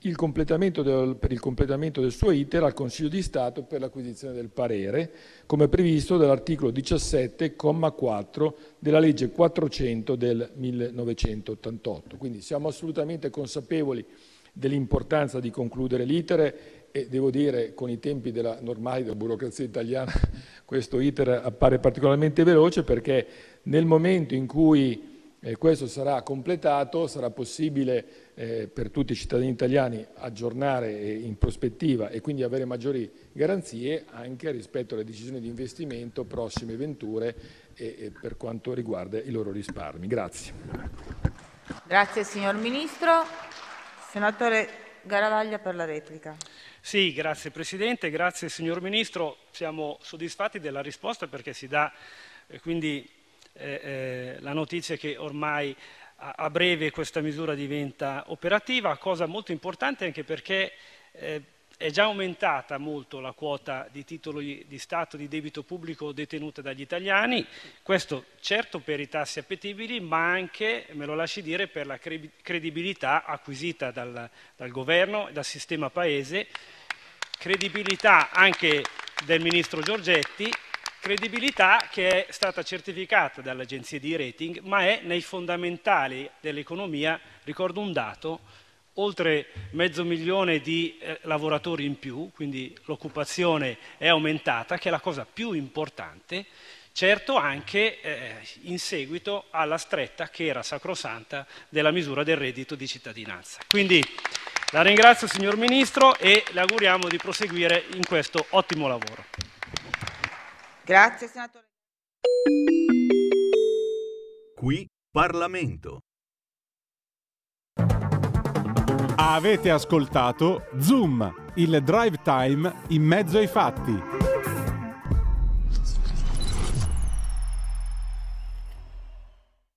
il completamento del, per il completamento del suo iter al Consiglio di Stato per l'acquisizione del parere, come previsto dall'articolo diciassette, comma quattro della legge quattrocento del millenovecentottantotto. Quindi siamo assolutamente consapevoli dell'importanza di concludere l'iter e devo dire con i tempi della, normali della burocrazia italiana questo iter appare particolarmente veloce, perché nel momento in cui Eh, questo sarà completato, sarà possibile eh, per tutti i cittadini italiani aggiornare eh, in prospettiva e quindi avere maggiori garanzie anche rispetto alle decisioni di investimento, prossime venture e, e per quanto riguarda i loro risparmi. Grazie. Grazie signor Ministro. Senatore Garavaglia per la replica. Sì, grazie Presidente, grazie signor Ministro. Siamo soddisfatti della risposta perché si dà eh, quindi Eh, eh, la notizia che ormai a, a breve questa misura diventa operativa, cosa molto importante anche perché eh, è già aumentata molto la quota di titoli di Stato di debito pubblico detenuta dagli italiani, questo certo per i tassi appetibili ma anche, me lo lasci dire, per la cre- credibilità acquisita dal, dal governo e dal sistema paese, credibilità anche del Ministro Giorgetti, credibilità che è stata certificata dalle agenzie di rating, ma è nei fondamentali dell'economia. Ricordo un dato: oltre mezzo milione di eh, lavoratori in più, quindi l'occupazione è aumentata, che è la cosa più importante, certo anche eh, in seguito alla stretta che era sacrosanta della misura del reddito di cittadinanza. Quindi la ringrazio signor Ministro e le auguriamo di proseguire in questo ottimo lavoro. Grazie senatore. Qui Parlamento. Avete ascoltato Zoom, il drive time in mezzo ai fatti.